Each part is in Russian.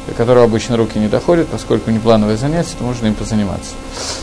до которого обычно руки не доходят, поскольку неплановое занятие, то можно им позаниматься.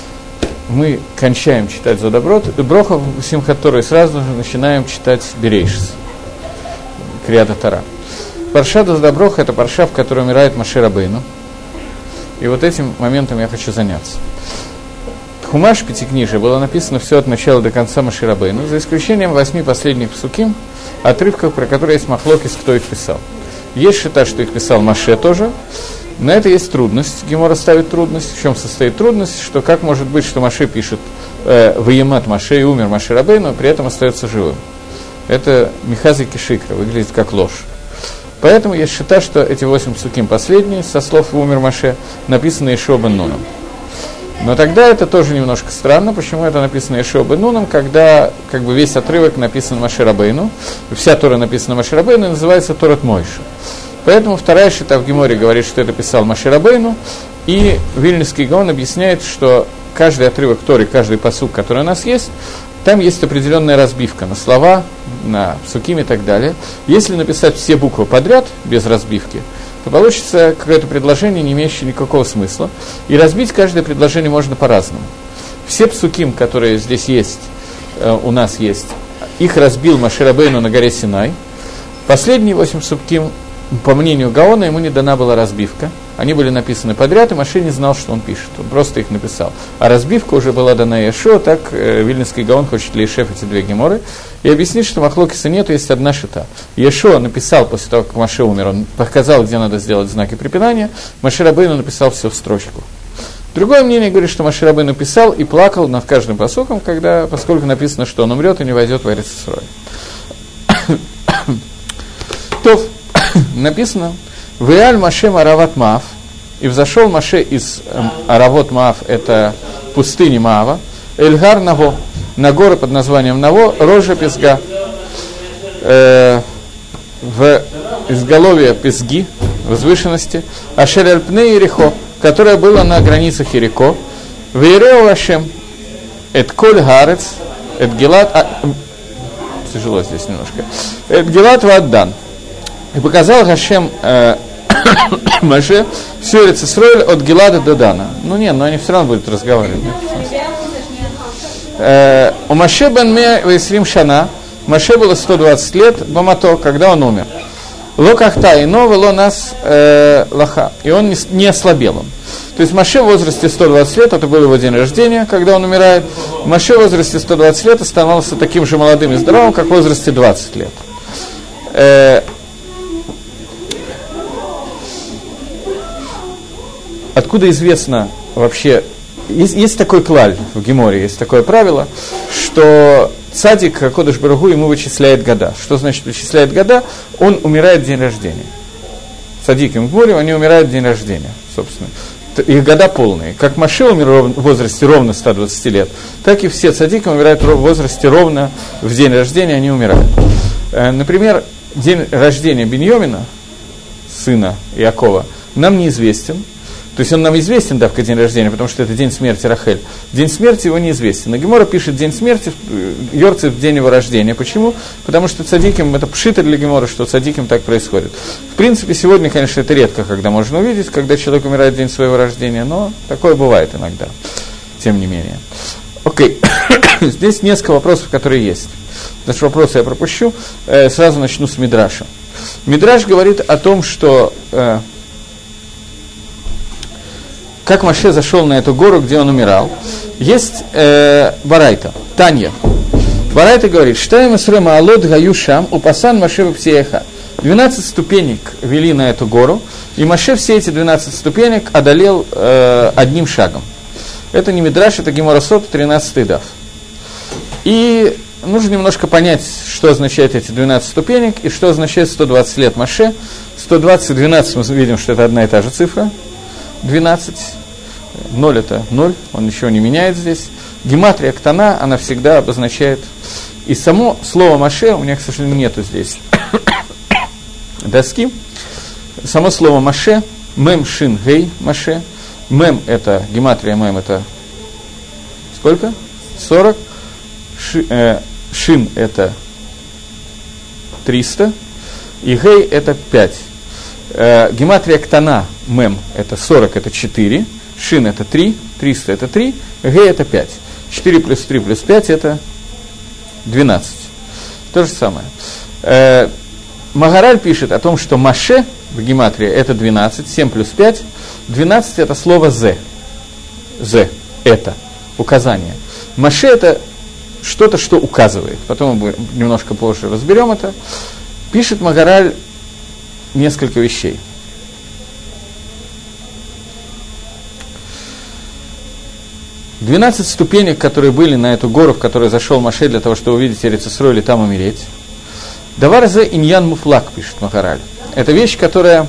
Мы кончаем читать Зодаброх, Симхат Тора, и сразу же начинаем читать Берейшис, Крията Тора. Парша Зодаброх – это парша, в которой умирает Моше Рабейну. И вот этим моментом я хочу заняться. Хумаш Пятикнижия было написано все от начала до конца Моше Рабейну, за исключением 8 последних псуким, отрывков, про которые есть махлокис, кто их писал. Есть шита, что их писал Моше тоже. На это есть трудность. Гемора ставит трудность. В чем состоит трудность? Что как может быть, что Моше пишет «Ваемат Моше» и умер Моше Рабейну, при этом остается живым. Это Михази Кишикра, выглядит как ложь. Поэтому есть шита, что эти 8 псуким последние, со слов «Умер Моше», написаны Йешуа бен Нуном. Но тогда это тоже немножко странно. Почему это написано Йешуа бен Нуном, когда как бы весь отрывок написан Моше Рабейну, вся Тора написана Моше Рабейну и называется Торат Мойше. Поэтому вторая шита в Геморе говорит, что это писал Моше Рабейну, и Вильнюсский Гаон объясняет, что каждый отрывок Торы, каждый пасук, который у нас есть, там есть определенная разбивка на слова, на псуким и так далее. Если написать все буквы подряд, без разбивки, то получится какое-то предложение, не имеющее никакого смысла. И разбить каждое предложение можно по-разному. Все псуким, которые здесь есть, у нас есть, их разбил Моше Рабейну на горе Синай. Последние 8 псуким, по мнению Гаона, ему не дана была разбивка. Они были написаны подряд, и Моше не знал, что он пишет. Он просто их написал. А разбивка уже была дана Йешуа, так Вильнюсский Гаон хочет лейшеф эти 2 геморы. И объяснить, что махлокиса нету, есть одна шита. Йешуа написал, после того, как Моше умер, он показал, где надо сделать знаки препинания. Моше Рабейну написал все в строчку. Другое мнение говорит, что Моше Рабейну писал и плакал над каждым пасуком, поскольку написано, что он умрет и не войдет в Эрец Исроэль. То написано: «Веаль Моше Арават Маав», и взошел Моше из Аравот Маав, это пустыни Маава, Эльгар Наво, на горы под названием Наво, Рожа Песга, в изголовье Песги, возвышенности, Ашер Эльпне Ерехо, которая была на границах Ереко, Вейрео Ашем, Эт Коль Гарец, Эт Гилат, тяжело здесь немножко, Эт Гилат Ваддан. И показал Хашем Моше всю Эрец Исроэль от Гилада до Дана. Но они все равно будут разговаривать. У Моше бен Ме Вейсрим Шана, Моше было 120 лет, Бамато, когда он умер. Ло Кахта, ино вело нас лаха. И он не ослабел. То есть Моше в возрасте 120 лет, это был его день рождения, когда он умирает. Моше в возрасте 120 лет оставался таким же молодым и здоровым, как в возрасте 20 лет. Откуда известно вообще, есть такой клаль в Геморе, есть такое правило, что цадик, Кодеш Барух Ху, ему вычисляет года. Что значит вычисляет года? Он умирает в день рождения. Цадиким в Геморе, они умирают в день рождения, собственно. Их года полные. Как Моше умер в возрасте ровно 120 лет, так и все цадики умирают в возрасте ровно в день рождения, они умирают. Например, день рождения Биньомина, сына Иакова, нам неизвестен. То есть он нам известен, да, в день рождения, потому что это день смерти Рахель. День смерти его неизвестен. Но Гемора пишет день смерти, Йорцев в день его рождения. Почему? Потому что цадиким, это пшита для Гемора, что цадиким так происходит. В принципе, сегодня, конечно, это редко, когда можно увидеть, когда человек умирает в день своего рождения, но такое бывает иногда, тем не менее. Окей, здесь несколько вопросов, которые есть. Наши вопросы я пропущу, сразу начну с Мидраша. Мидраш говорит о том, что... как Моше зашел на эту гору, где он умирал. Есть Барайта, Танья. Барайта говорит, «Штаим эсрема алот гаю шам, упасан Моше вапсиеха». 12 ступенек вели на эту гору, и Моше все эти 12 ступенек одолел одним шагом. Это не Мидраш, это Гемора Сот, 13-й дав. И нужно немножко понять, что означает эти 12 ступенек, и что означает 120 лет Моше. 120 и 12 мы видим, что это одна и та же цифра. 12, 0 это 0, он ничего не меняет здесь. Гематрия ктана, она всегда обозначает... И само слово Моше, у меня, к сожалению, нету здесь доски. Само слово Моше, мем шин гей Моше. Мем это, гематрия мем это сколько? 40. Шин это 300. И гей это 5. Гематрия ктана, мем, это 40, это 4, шин это 3, 300 это 3, г это 5. 4 плюс 3 плюс 5 это 12. То же самое. Магараль пишет о том, что Маше в гематрии это 12, 7 плюс 5, 12 это слово «зе». «Зе» – это указание. Маше – это что-то, что указывает. Потом мы немножко позже разберем это. Пишет Магараль несколько вещей. «12 ступенек, которые были на эту гору, в которую зашел Маше для того, чтобы увидеть Эрец Исроэль и там умереть. Давар зе иньян муфлак», пишет Магараль. Это вещь, которая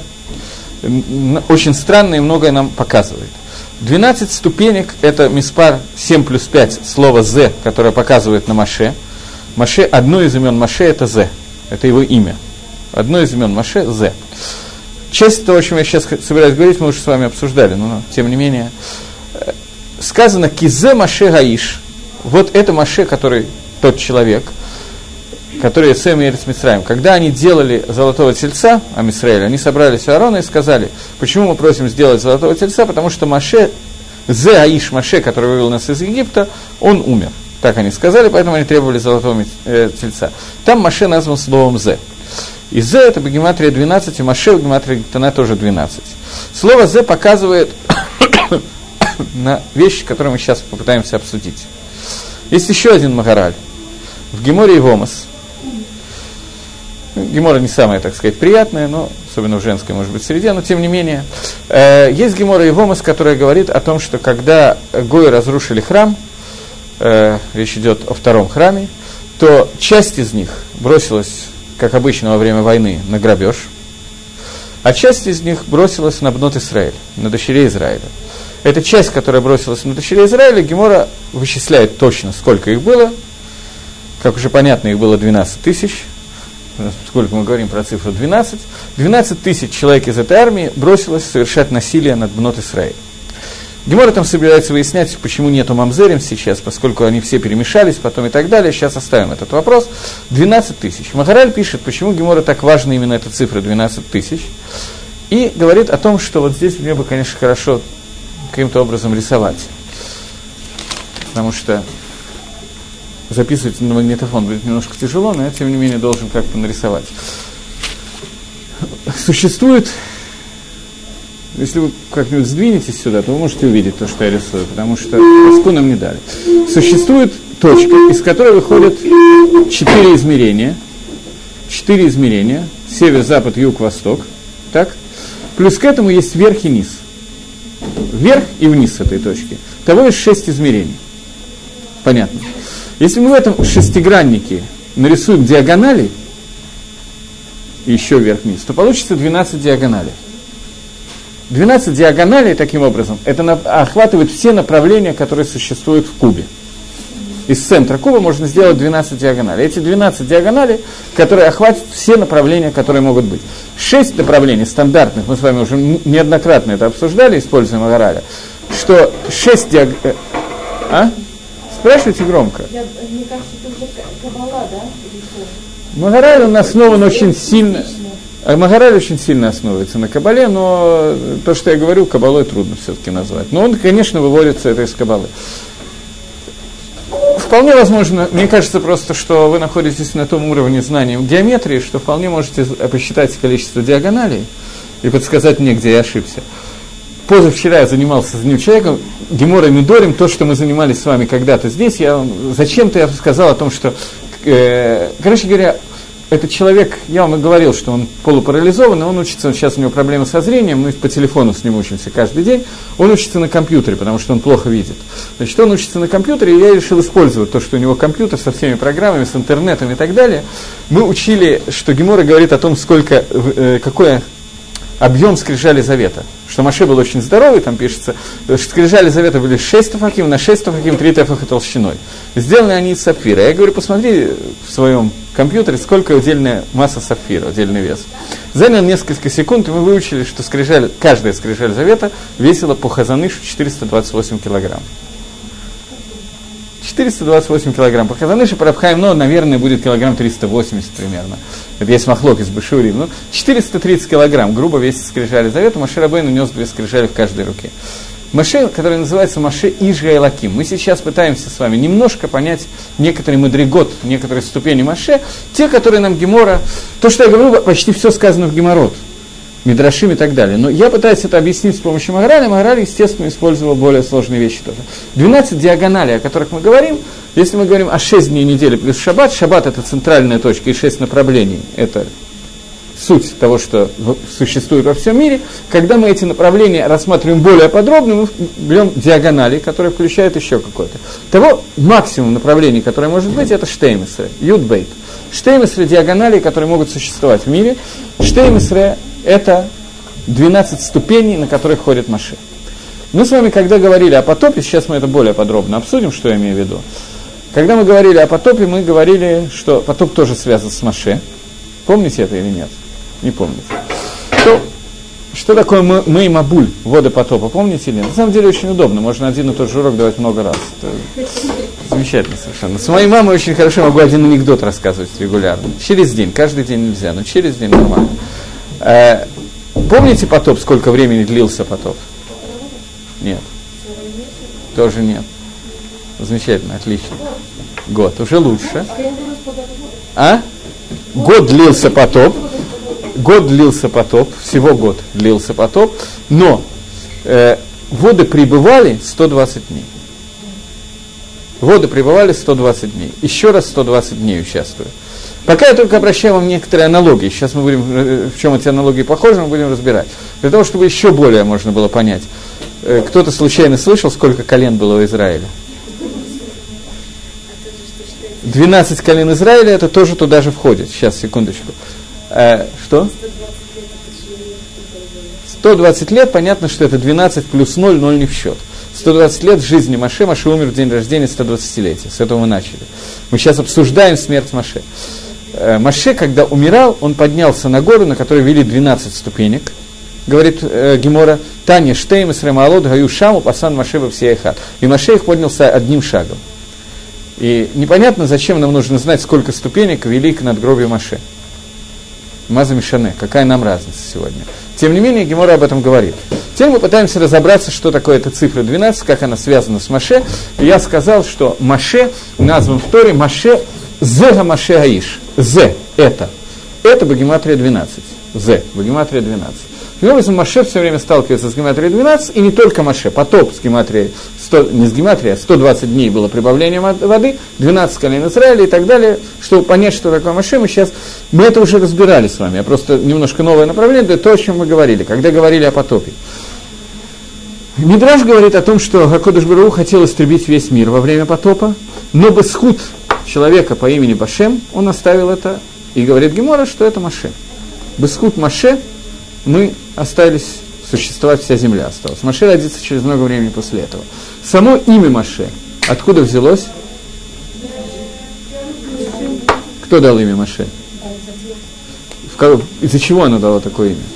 очень странная и многое нам показывает. 12 ступенек – это миспар 7 плюс 5, слово «зе», которое показывает на Маше. Маше, одно из имен Маше – это «зе», это его имя. Одно из имен Маше – «зе». Часть того, о чем я сейчас собираюсь говорить, мы уже с вами обсуждали, но тем не менее. Сказано «кизе Маше гаиш». Вот это Маше, который тот человек, который Эцем и Эрец Мицраим. Когда они делали золотого тельца, Ам-Исраэль, они собрались у Аарона и сказали, почему мы просим сделать золотого тельца, потому что Маше, Зе Аиш Маше, который вывел нас из Египта, он умер. Так они сказали, поэтому они требовали золотого тельца. Там Маше назван словом Зе. И Зе это гематрия 12, и Маше в гематрии Ктана тоже 12. Слово Зе показывает на вещи, которые мы сейчас попытаемся обсудить. Есть еще один Магараль. В Геморе и Вомас. Гемора не самая, так сказать, приятная, но особенно в женской, может быть, среде, но тем не менее. Есть Гемора и Вомас, которая говорит о том, что когда гои разрушили храм, речь идет о втором храме, то часть из них бросилась, как обычно во время войны, на грабеж, а часть из них бросилась на бнот Исраэль, на дочерей Израиля. Эта часть, которая бросилась на дочерей Израиля, Гемора вычисляет точно, сколько их было. Как уже понятно, их было 12 тысяч. Сколько мы говорим про цифру 12. 12 тысяч человек из этой армии бросилось совершать насилие над бнот Исраэль. Гемора там собирается выяснять, почему нету мамзерим сейчас, поскольку они все перемешались, потом и так далее. Сейчас оставим этот вопрос. 12 тысяч. Магараль пишет, почему Гемора так важна именно эта цифра 12 тысяч. И говорит о том, что вот здесь мне бы, конечно, хорошо каким-то образом рисовать. Потому что записывать на магнитофон будет немножко тяжело, но я, тем не менее, должен как-то нарисовать. Существует, если вы как-нибудь сдвинетесь сюда, то вы можете увидеть то, что я рисую, потому что доску нам не дали. Существует точка, из которой выходят 4 измерения. 4 измерения. Север, запад, юг, восток. Так? Плюс к этому есть верх и низ. Вверх и вниз этой точки. Того есть 6 измерений. Понятно. Если мы в этом шестиграннике нарисуем диагонали, и еще вверх-вниз, то получится 12 диагоналей. 12 диагоналей, таким образом, это охватывает все направления, которые существуют в кубе. Из центра куба можно сделать 12 диагоналей. Эти 12 диагоналей, которые охватят все направления, которые могут быть. 6 направлений стандартных, мы с вами уже неоднократно это обсуждали, используя Магараля, что 6 диагоналей... А? Спрашивайте громко. Мне кажется, это уже Каббала, да? Магараль он основан очень сильно... Магараль очень сильно основывается на Каббале, но то, что я говорю, Каббалой трудно все-таки назвать. Но он, конечно, выводится это из Каббалы. Вполне возможно, мне кажется просто, что вы находитесь на том уровне знания геометрии, что вполне можете посчитать количество диагоналей и подсказать мне, где я ошибся. Позавчера я занимался с одним человеком, Геморой Мидорим, то, что мы занимались с вами когда-то здесь, зачем-то я сказал о том, что, короче говоря, этот человек, я вам и говорил, что он полупарализованный, он учится, сейчас у него проблемы со зрением, мы по телефону с ним учимся каждый день, он учится на компьютере, потому что он плохо видит. Значит, он учится на компьютере, и я решил использовать то, что у него компьютер со всеми программами, с интернетом и так далее. Мы учили, что Гемора говорит о том, какое объем скрижали завета. Что Маше был очень здоровый, там пишется, что скрижали завета были 6 тафаким, на 6 тафаким 3 тафаха толщиной. Сделаны они из сапфира. Я говорю, посмотри в своем компьютере, сколько удельная масса сапфира, удельный вес. Занял несколько секунд, и мы выучили, что каждая скрижаль завета весила по Хазанышу 428 килограмм. 428 килограмм. По Хазанышу Парабхаим, наверное, будет килограмм 380 примерно. Это есть махлок из Бешурим. 430 килограмм, грубо весит скрижали завета. Моше Рабейну нес 2 скрижали в каждой руке. Моше, который называется Моше Ижга Элоким. Мы сейчас пытаемся с вами немножко понять некоторые мадригот, некоторые ступени Моше, те, которые нам Гемора, то, что я говорю, почти все сказано в Геморот, Мидрашим и так далее. Но я пытаюсь это объяснить с помощью Магараля. Магараль, естественно, использовал более сложные вещи тоже. 12 диагоналей, о которых мы говорим, если мы говорим о 6 дней недели плюс шаббат, шаббат – это центральная точка, и 6 направлений – это суть того, что существует во всем мире. Когда мы эти направления рассматриваем более подробно, мы берем диагонали, которые включают еще какое-то. Того максимум направлений, которое может быть, это штеймесре, ют-бейт. Штеймесре диагонали, которые могут существовать в мире. Штеймесре – это 12 ступеней, на которых ходит Моше. Мы с вами, когда говорили о потопе, сейчас мы это более подробно обсудим, что я имею в виду. Когда мы говорили о потопе, мы говорили, что потоп тоже связан с Моше. Помните это или нет? Не помните. Что такое Мей Мабуль, воды потопа, помните или нет? На самом деле очень удобно, можно один и тот же урок давать много раз. Это замечательно совершенно. С моей мамой очень хорошо могу один анекдот рассказывать регулярно. Через день, каждый день нельзя, но через день нормально. Помните потоп, сколько времени длился потоп? Нет. Тоже нет. Замечательно, отлично. Год, уже лучше. А? Год длился потоп. Год длился потоп, всего год длился потоп, но воды пребывали 120 дней. Воды пребывали 120 дней. Еще раз 120 дней участвую. Пока я только обращаю вам некоторые аналогии. Сейчас мы будем, в чем эти аналогии похожи, мы будем разбирать. Для того, чтобы еще более можно было понять. Кто-то случайно слышал, сколько колен было у Израиля? 12 колен Израиля, это тоже туда же входит. Сейчас, секундочку. Что? 120 лет, понятно, что это 12 плюс 0, 0 не в счет. 120 лет жизни Моше, Моше умер в день рождения 120-летия, с этого мы начали. Мы сейчас обсуждаем смерть Моше. Моше, когда умирал, он поднялся на гору, на которой вели 12 ступенек, говорит Гемора, Таня Штейм, Исремаалот, Гаю Шаму, Пасан Моше Бавсияхат. И Моше их поднялся одним шагом. И непонятно, зачем нам нужно знать, сколько ступенек вели к надгробию Моше. Маза Мишане, какая нам разница сегодня. Тем не менее, Гемора об этом говорит. Теперь мы пытаемся разобраться, что такое эта цифра 12, как она связана с Моше. И я сказал, что Моше назван в Торе Моше Зега Моше Аиш. Зе – это. Это богематрия 12. Зе – богематрия 12. Таким образом, Моше все время сталкивается с гематрией 12, и не только Моше, потоп с гематрией, не с гематрией, а 120 дней было прибавлением воды, 12 колен Израиля и так далее. Чтобы понять, что такое Моше, мы это уже разбирали с вами, а просто немножко новое направление, это то, о чем мы говорили, когда говорили о потопе. Мидраш говорит о том, что Акодыш Барух хотел истребить весь мир во время потопа, но бесхуд человека по имени Башем, он оставил это, и говорит Гемора, что это Моше. Бесхуд Моше мы остались существовать, вся земля осталась. Моше родится через много времени после этого. Само имя Моше откуда взялось? Кто дал имя Моше? Из-за чего оно дало такое имя?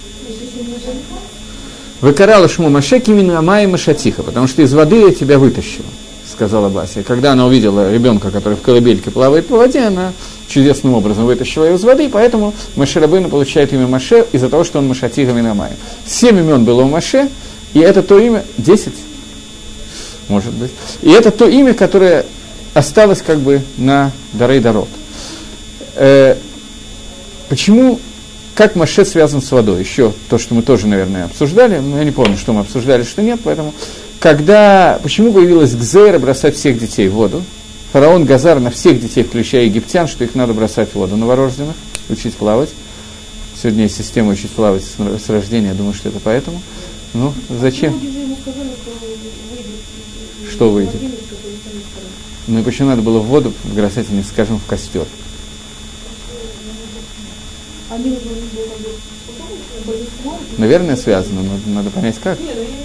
Выкарала шму Моше кимин амай машатиха, потому что из воды я тебя вытащила, сказала Бася. Когда она увидела ребенка, который в колыбельке плавает по воде, она чудесным образом вытащила его из воды, и поэтому Моше Рабейну получает имя Моше из-за того, что он Машатиха Минамай. 7 имен было у Моше, и это то имя, 10, может быть, и это то имя, которое осталось как бы на Дарей Дарот. Почему, как Моше связан с водой? Еще то, что мы тоже, наверное, обсуждали, но я не помню, что мы обсуждали, что нет, поэтому, почему появилась Гзейра бросать всех детей в воду? Фараон Газар на всех детей, включая египтян, что их надо бросать в воду, новорожденных, учить плавать. Сегодня есть система учить плавать с рождения, я думаю, что это поэтому. Ну, зачем? Что выйдет? Ну и почему надо было в воду бросать, а не, скажем, в костер? Наверное, связано, но надо понять, как.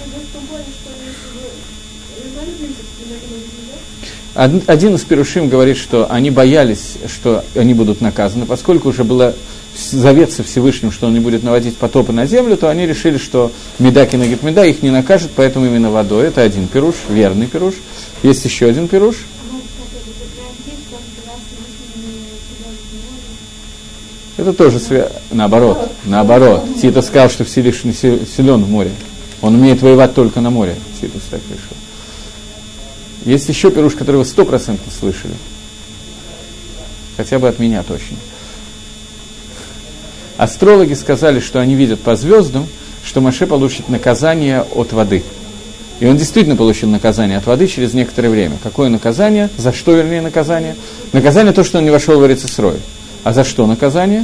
Один из пирушим говорит, что они боялись, что они будут наказаны, поскольку уже было завет со Всевышним, что он не будет наводить потопы на землю, то они решили, что меда кинегит меда их не накажет, поэтому именно водой. Это один пируш, верный пируш. Есть еще один пируш. Это тоже наоборот. Титус сказал, что Всевышний силен в море. Он умеет воевать только на море. Титус так решил. Есть еще пируш, который вы 100% слышали. Хотя бы от меня точно. Астрологи сказали, что они видят по звездам, что Моше получит наказание от воды. И он действительно получил наказание от воды через некоторое время. Какое наказание? За что, вернее, наказание? Наказание то, что он не вошел в Эрец Исроэль. А за что наказание?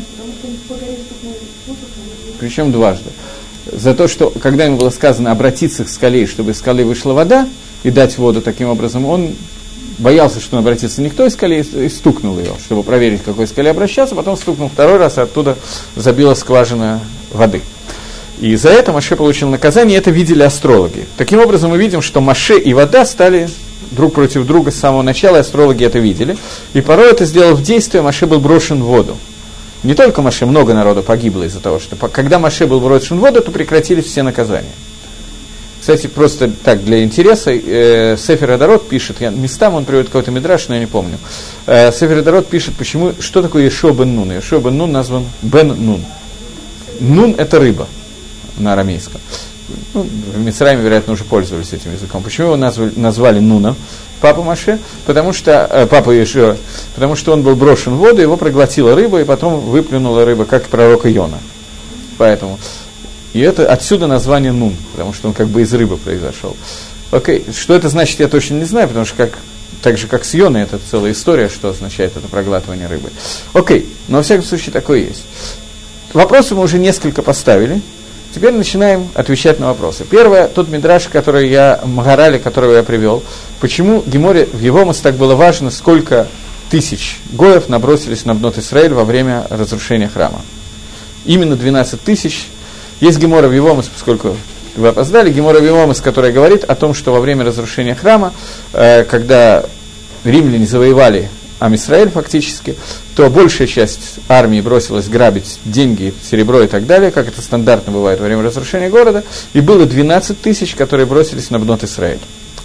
Причем дважды. За то, что, когда ему было сказано обратиться к скале, чтобы из скалы вышла вода, и дать воду таким образом, он боялся, что он обратится не к той скале, и стукнул ее, чтобы проверить, к какой скале обращаться, потом стукнул второй раз, и оттуда забила скважина воды. И за это Моше получил наказание, и это видели астрологи. Таким образом, мы видим, что Моше и вода стали друг против друга с самого начала, и астрологи это видели. И порой это сделав действие, Моше был брошен в воду. Не только Моше, много народу погибло из-за того, что когда Моше был брошен в воду, то прекратились все наказания. Кстати, просто так, для интереса, Сефер Адорот пишет, местам он приводит какой-то мидраш, но я не помню. Сефер Адорот пишет, что такое Ешуа бен Нун. Ешуа бен Нун назван Бен Нун. Нун – это рыба на арамейском. В Мицраиме, вероятно, уже пользовались этим языком. Почему его назвали Нуном, папа Моше? Папа Ешуа, потому что он был брошен в воду, его проглотила рыба, и потом выплюнула рыба, как пророк Йона. Поэтому... И это отсюда название Нун, потому что он как бы из рыбы произошел. Окей, что это значит, я точно не знаю, потому что так же, как с Йоной, это целая история, что означает это проглатывание рыбы. Окей, но во всяком случае такое есть. Вопросы мы уже несколько поставили. Теперь начинаем отвечать на вопросы. Первое, тот мидраш, который которого я привел. Почему Геморе в Евомос так было важно, сколько тысяч гоев набросились на Бнот Исраэль во время разрушения храма? Именно 12 тысяч. Есть Гемора в Евомос, поскольку вы опоздали, Гемора в Евомос, которая говорит о том, что во время разрушения храма, когда римляне завоевали Ам-Исраэль фактически, то большая часть армии бросилась грабить деньги, серебро и так далее, как это стандартно бывает во время разрушения города, и было 12 тысяч, которые бросились на Бнот Исраэль.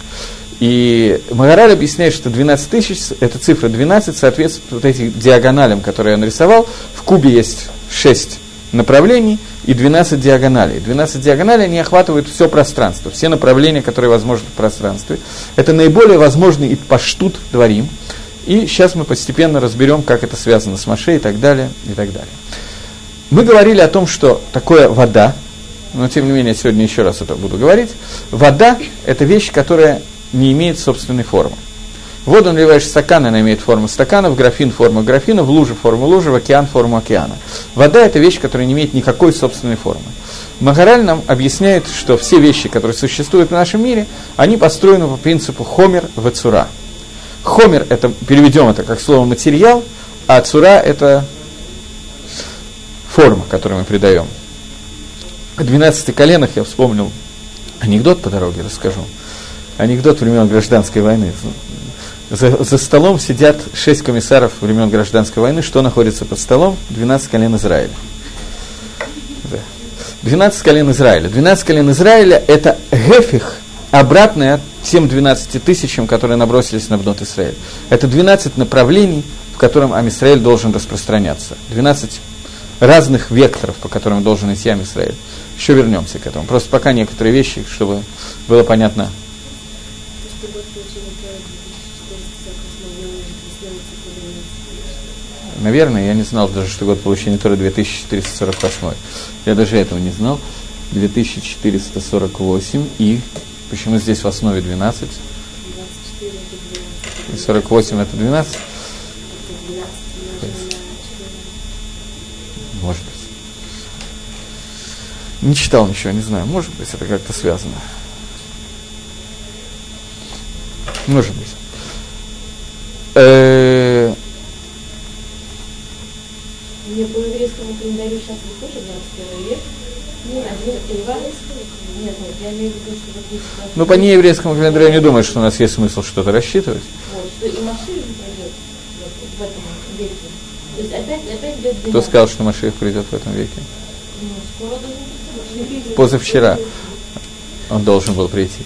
И Магараль объясняет, что 12 тысяч, эта цифра 12, соответствует вот этим диагоналям, которые я нарисовал. В кубе есть 6 направлений и 12 диагоналей. 12 диагоналей, они охватывают все пространство, все направления, которые возможны в пространстве. Это наиболее возможный иппаштут дворим. И сейчас мы постепенно разберем, как это связано с Моше и так далее, и так далее. Мы говорили о том, что такое вода, но тем не менее сегодня еще раз это буду говорить. Вода – это вещь, которая не имеет собственной формы. В воду наливаешь стакан, она имеет форму стакана, в графин форму графина, в лужу форму лужи, в океан форму океана. Вода – это вещь, которая не имеет никакой собственной формы. Магараль нам объясняет, что все вещи, которые существуют в нашем мире, они построены по принципу хомер вецура. Хомер – это, переведем это как слово материал, а цура – это форма, которую мы придаем. О 12 коленах я вспомнил анекдот по дороге, расскажу. Анекдот времен гражданской войны. За столом сидят 6 комиссаров времен гражданской войны. Что находится под столом? 12 колен Израиля. 12 колен Израиля. 12 колен Израиля – это гефих, обратное тем 12 тысячам, которые набросились на Бнот Исраэль. Это 12 направлений, в котором Ам-Исраэль должен распространяться. 12 разных векторов, по которым должен идти Ам-Исраэль. Еще вернемся к этому. Просто пока некоторые вещи, чтобы было понятно. Наверное, я не знал даже, что год получения Торы 2448. Я даже этого не знал. 2448 и... Почему здесь в основе 12? И 48 это 12? Может быть. Не читал ничего, не знаю. Может быть, это как-то связано. Может быть. Мне по еврейскому календарю сейчас не тоже 21 век. Нет, я имею в виду, что вот здесь... Ну, по нееврейскому календарю я не думаю, что у нас есть смысл что-то рассчитывать. Вот, что и Машиах придет в этом веке. То есть опять идет 12. Кто сказал, что Машиах придет в этом веке? Ну, скоро должен прийти. Позавчера он должен был прийти.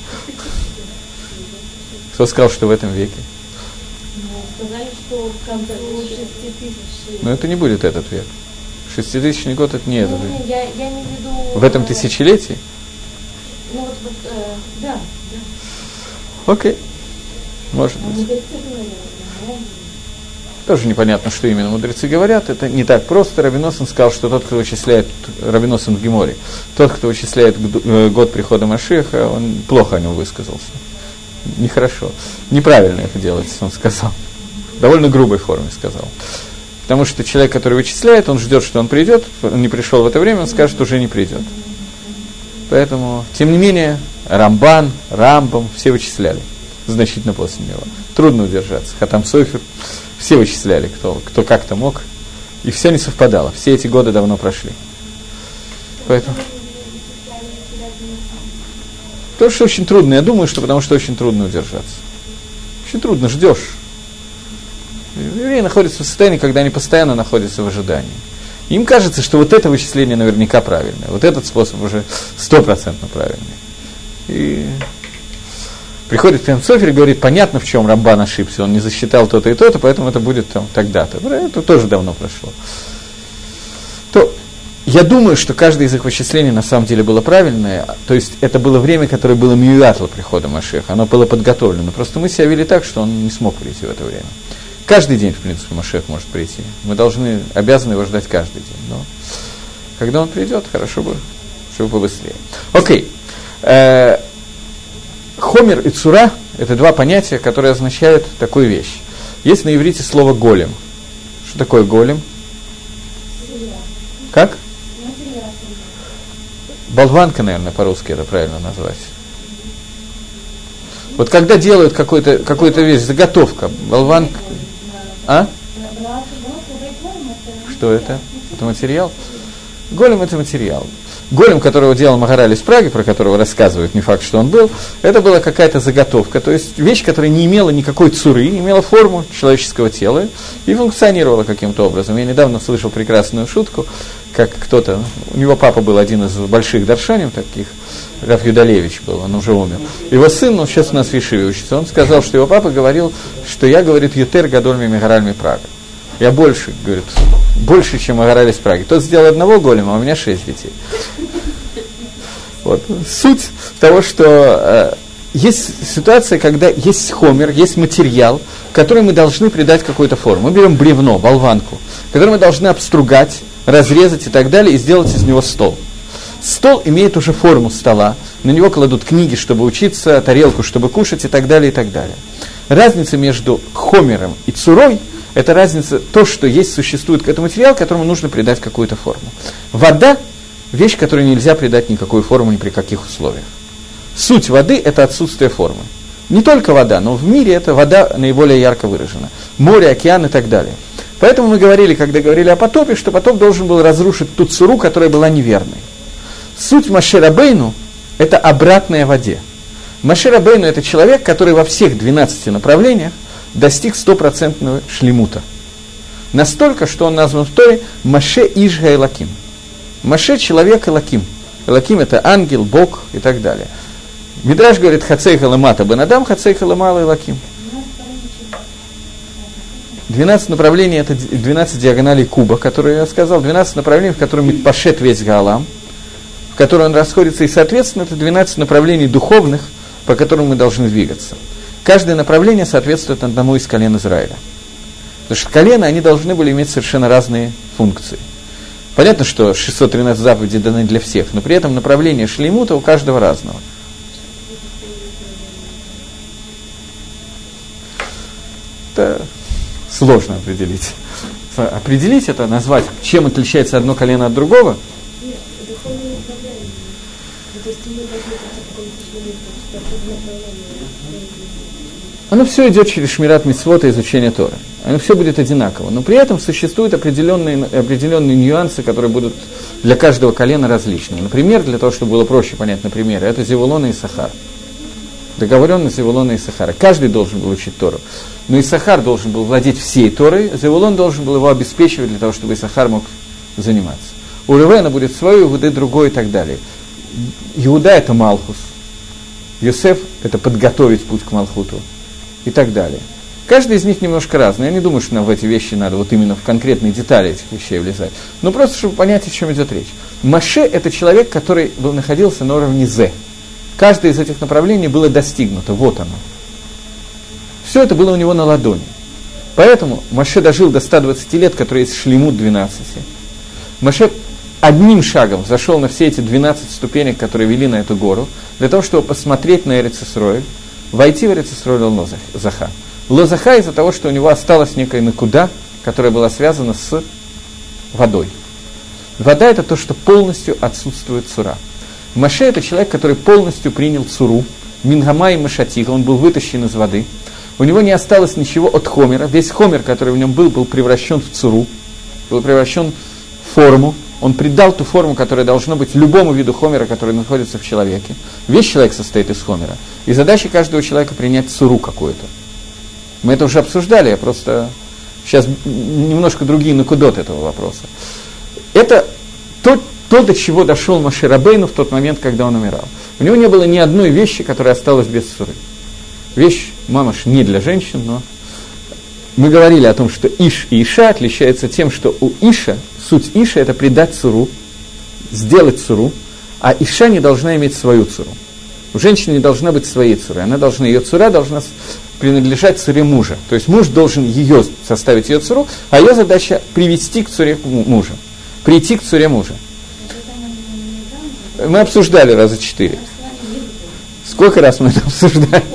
Кто сказал, что в этом веке? Ну, сказали, что в конце 6000... Но это не будет этот век. 6000 год это не это. Я имею в виду... В этом тысячелетии? Ну да. Окей. Может быть. Тоже непонятно, что именно мудрецы говорят. Это не так просто. Раби Носон сказал, что тот, кто вычисляет, Раби Носон в Геморе, тот, кто вычисляет год прихода Машиаха, он плохо о нем высказался. Нехорошо. Неправильно это делается, он сказал. В довольно грубой форме сказал. Потому что человек, который вычисляет, он ждет, что он придет, он не пришел в это время, он скажет, что уже не придет. Поэтому, тем не менее, Рамбан, Рамбам, все вычисляли значительно после него. Трудно удержаться. Хатам Софер, все вычисляли, кто как-то мог. И все не совпадало. Все эти годы давно прошли. Поэтому... То, что очень трудно, я думаю, что потому что очень трудно удержаться. Очень трудно, ждешь. Евреи находятся в состоянии, когда они постоянно находятся в ожидании. Им кажется, что вот это вычисление наверняка правильное, вот этот способ уже 100% правильный. И приходит Хатам Софер и говорит, понятно, в чем Рамбан ошибся, он не засчитал то-то и то-то, поэтому это будет там тогда-то. Это тоже давно прошло. То я думаю, что каждое из их вычислений на самом деле было правильное, то есть это было время, которое было миюат прихода Машиаха, оно было подготовлено. Просто мы себя вели так, что он не смог прийти в это время. Каждый день, в принципе, Машиах может прийти. Мы обязаны его ждать каждый день. Но когда он придет, хорошо бы, чтобы побыстрее. Окей. Хомер и цура – это два понятия, которые означают такую вещь. Есть на иврите слово голем. Что такое голем? Как? Болванка, наверное, по-русски это правильно назвать. Вот когда делают какую-то вещь, заготовка, болванка... А? Что это? Это материал? Голем – это материал. Голем, которого делал Магараль из Праги, про которого рассказывают, не факт, что он был, это была какая-то заготовка, то есть вещь, которая не имела никакой цуры, имела форму человеческого тела и функционировала каким-то образом. Я недавно слышал прекрасную шутку, как кто-то, у него папа был один из больших даршаним таких, Рав Юдалевич был, он уже умер. Его сын, он сейчас у нас в Ешиве учится, он сказал, что его папа говорил, что я, говорит, Ютер Гадоль Магараль ми Прага. Я больше, говорит, больше, чем Магараль из Праги. Тот сделал одного голема, а у меня 6 детей. Вот. Суть того, что есть ситуация, когда есть хомер, есть материал, который мы должны придать какую-то форму. Мы берем бревно, болванку, который мы должны обстругать, разрезать и так далее, и сделать из него стол. Стол имеет уже форму стола, на него кладут книги, чтобы учиться, тарелку, чтобы кушать и так далее, и так далее. Разница между хомером и цурой – это разница, то, что есть, существует какой-то материал, которому нужно придать какую-то форму. Вода – вещь, которой нельзя придать никакую форму ни при каких условиях. Суть воды – это отсутствие формы. Не только вода, но в мире эта вода наиболее ярко выражена. Море, океан и так далее. Поэтому мы говорили, когда говорили о потопе, что потоп должен был разрушить ту цуру, которая была неверной. Суть Моше Рабейну – это обратная воде. Моше Рабейну – это человек, который во всех 12 направлениях достиг 100% шлемута. Настолько, что он назван в Торе Моше Ишга Элаким. Моше – человек Элаким. Элаким – это ангел, Бог и так далее. Мидраш говорит Хацей Халамата Бен Адам, Хацей Халамала Элаким. 12 направлений – это 12 диагоналей куба, которые я сказал, 12 направлений, в которых Митпашет весь Гаалам, в которой он расходится, и, соответственно, это 12 направлений духовных, по которым мы должны двигаться. Каждое направление соответствует одному из колен Израиля. Потому что колена, они должны были иметь совершенно разные функции. Понятно, что 613 заповедей даны для всех, но при этом направление шлеймута у каждого разного. Это сложно определить. Определить это, назвать, чем отличается одно колено от другого. Оно все идет через шмират мицвот и изучение Торы. Оно все будет одинаково. Но при этом существуют определенные нюансы, которые будут для каждого колена различными. Например, для того, чтобы было проще понять на примере, это Зевулон и Исахар. Договоренность Зевулона и Исахара. Каждый должен был учить Тору. Но Исахар должен был владеть всей Торой, Зевулон должен был его обеспечивать для того, чтобы Исахар мог заниматься. У Ревена будет свой, у Иуды другой и так далее. Иуда – это Малхус. Йосеф – это подготовить путь к Малхуту. И так далее. Каждый из них немножко разный. Я не думаю, что нам в эти вещи надо вот именно в конкретные детали этих вещей влезать. Но просто, чтобы понять, о чем идет речь. Моше – это человек, который находился на уровне Зе. Каждое из этих направлений было достигнуто. Вот оно. Все это было у него на ладони. Поэтому Моше дожил до 120 лет, которые есть шлемут 12. Моше одним шагом зашел на все эти 12 ступенек, которые вели на эту гору, для того, чтобы посмотреть на Эрец Исроэль, войти в Эрец Исроэль Ло-Заха. Ло-Заха из-за того, что у него осталась некая накуда, которая была связана с водой. Вода – это то, что полностью отсутствует цура. Моше – это человек, который полностью принял цуру, мингама и машатиха, он был вытащен из воды. У него не осталось ничего от хомера. Весь хомер, который в нем был превращен в цуру, был превращен в форму. Он придал ту форму, которая должна быть любому виду хомера, который находится в человеке. Весь человек состоит из хомера. И задача каждого человека принять цуру какую-то. Мы это уже обсуждали, я просто сейчас немножко другие накудот этого вопроса. Это то, до чего дошел Моше Рабейну в тот момент, когда он умирал. У него не было ни одной вещи, которая осталась без цуры. Вещь мамаш не для женщин, но мы говорили о том, что Иш и Иша отличаются тем, что у Иша, суть Иша – это придать цуру, сделать цуру, а Иша не должна иметь свою цуру. У женщины не должна быть своей цуры, ее цура должна принадлежать цуре мужа. То есть муж должен ее составить ее цуру, а ее задача привести к цуре мужа, прийти к цуре мужа. Мы обсуждали раза 4. Сколько раз мы это обсуждали?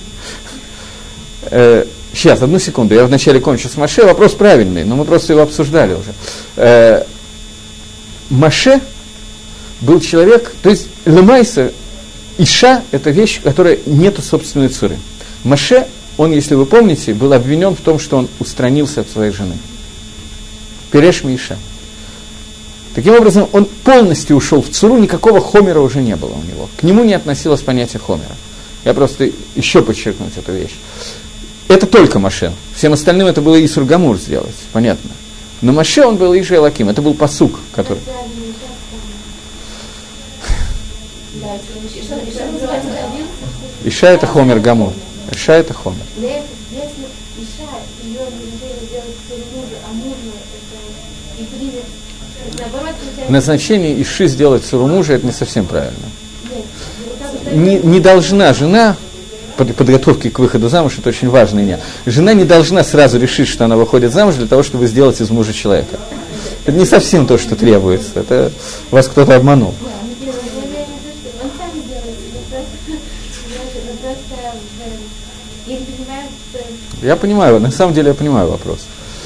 Сейчас, одну секунду, я вначале кончу с Моше, вопрос правильный, но мы просто его обсуждали уже. Моше был человек, то есть лемайса, Иша – это вещь, у которой нету собственной цуры. Моше, он, если вы помните, был обвинен в том, что он устранился от своей жены. Переш Иша. Таким образом, он полностью ушел в цуру, никакого хомера уже не было у него. К нему не относилось понятие хомера. Я просто еще подчеркнуть эту вещь. Это только Моше. Всем остальным это было Исур Гамур сделать, понятно. Но Моше, он был Иша Элоким, это был пасук, который... Иша это хомер Гамур. Иша это хомер. Назначение Иши сделать цуру мужа, это не совсем правильно. Не должна жена, подготовки к выходу замуж, это очень важный день. Жена не должна сразу решить, что она выходит замуж для того, чтобы сделать из мужа человека. Это не совсем то, что требуется. Это вас кто-то обманул. Я понимаю, на самом деле я понимаю вопрос.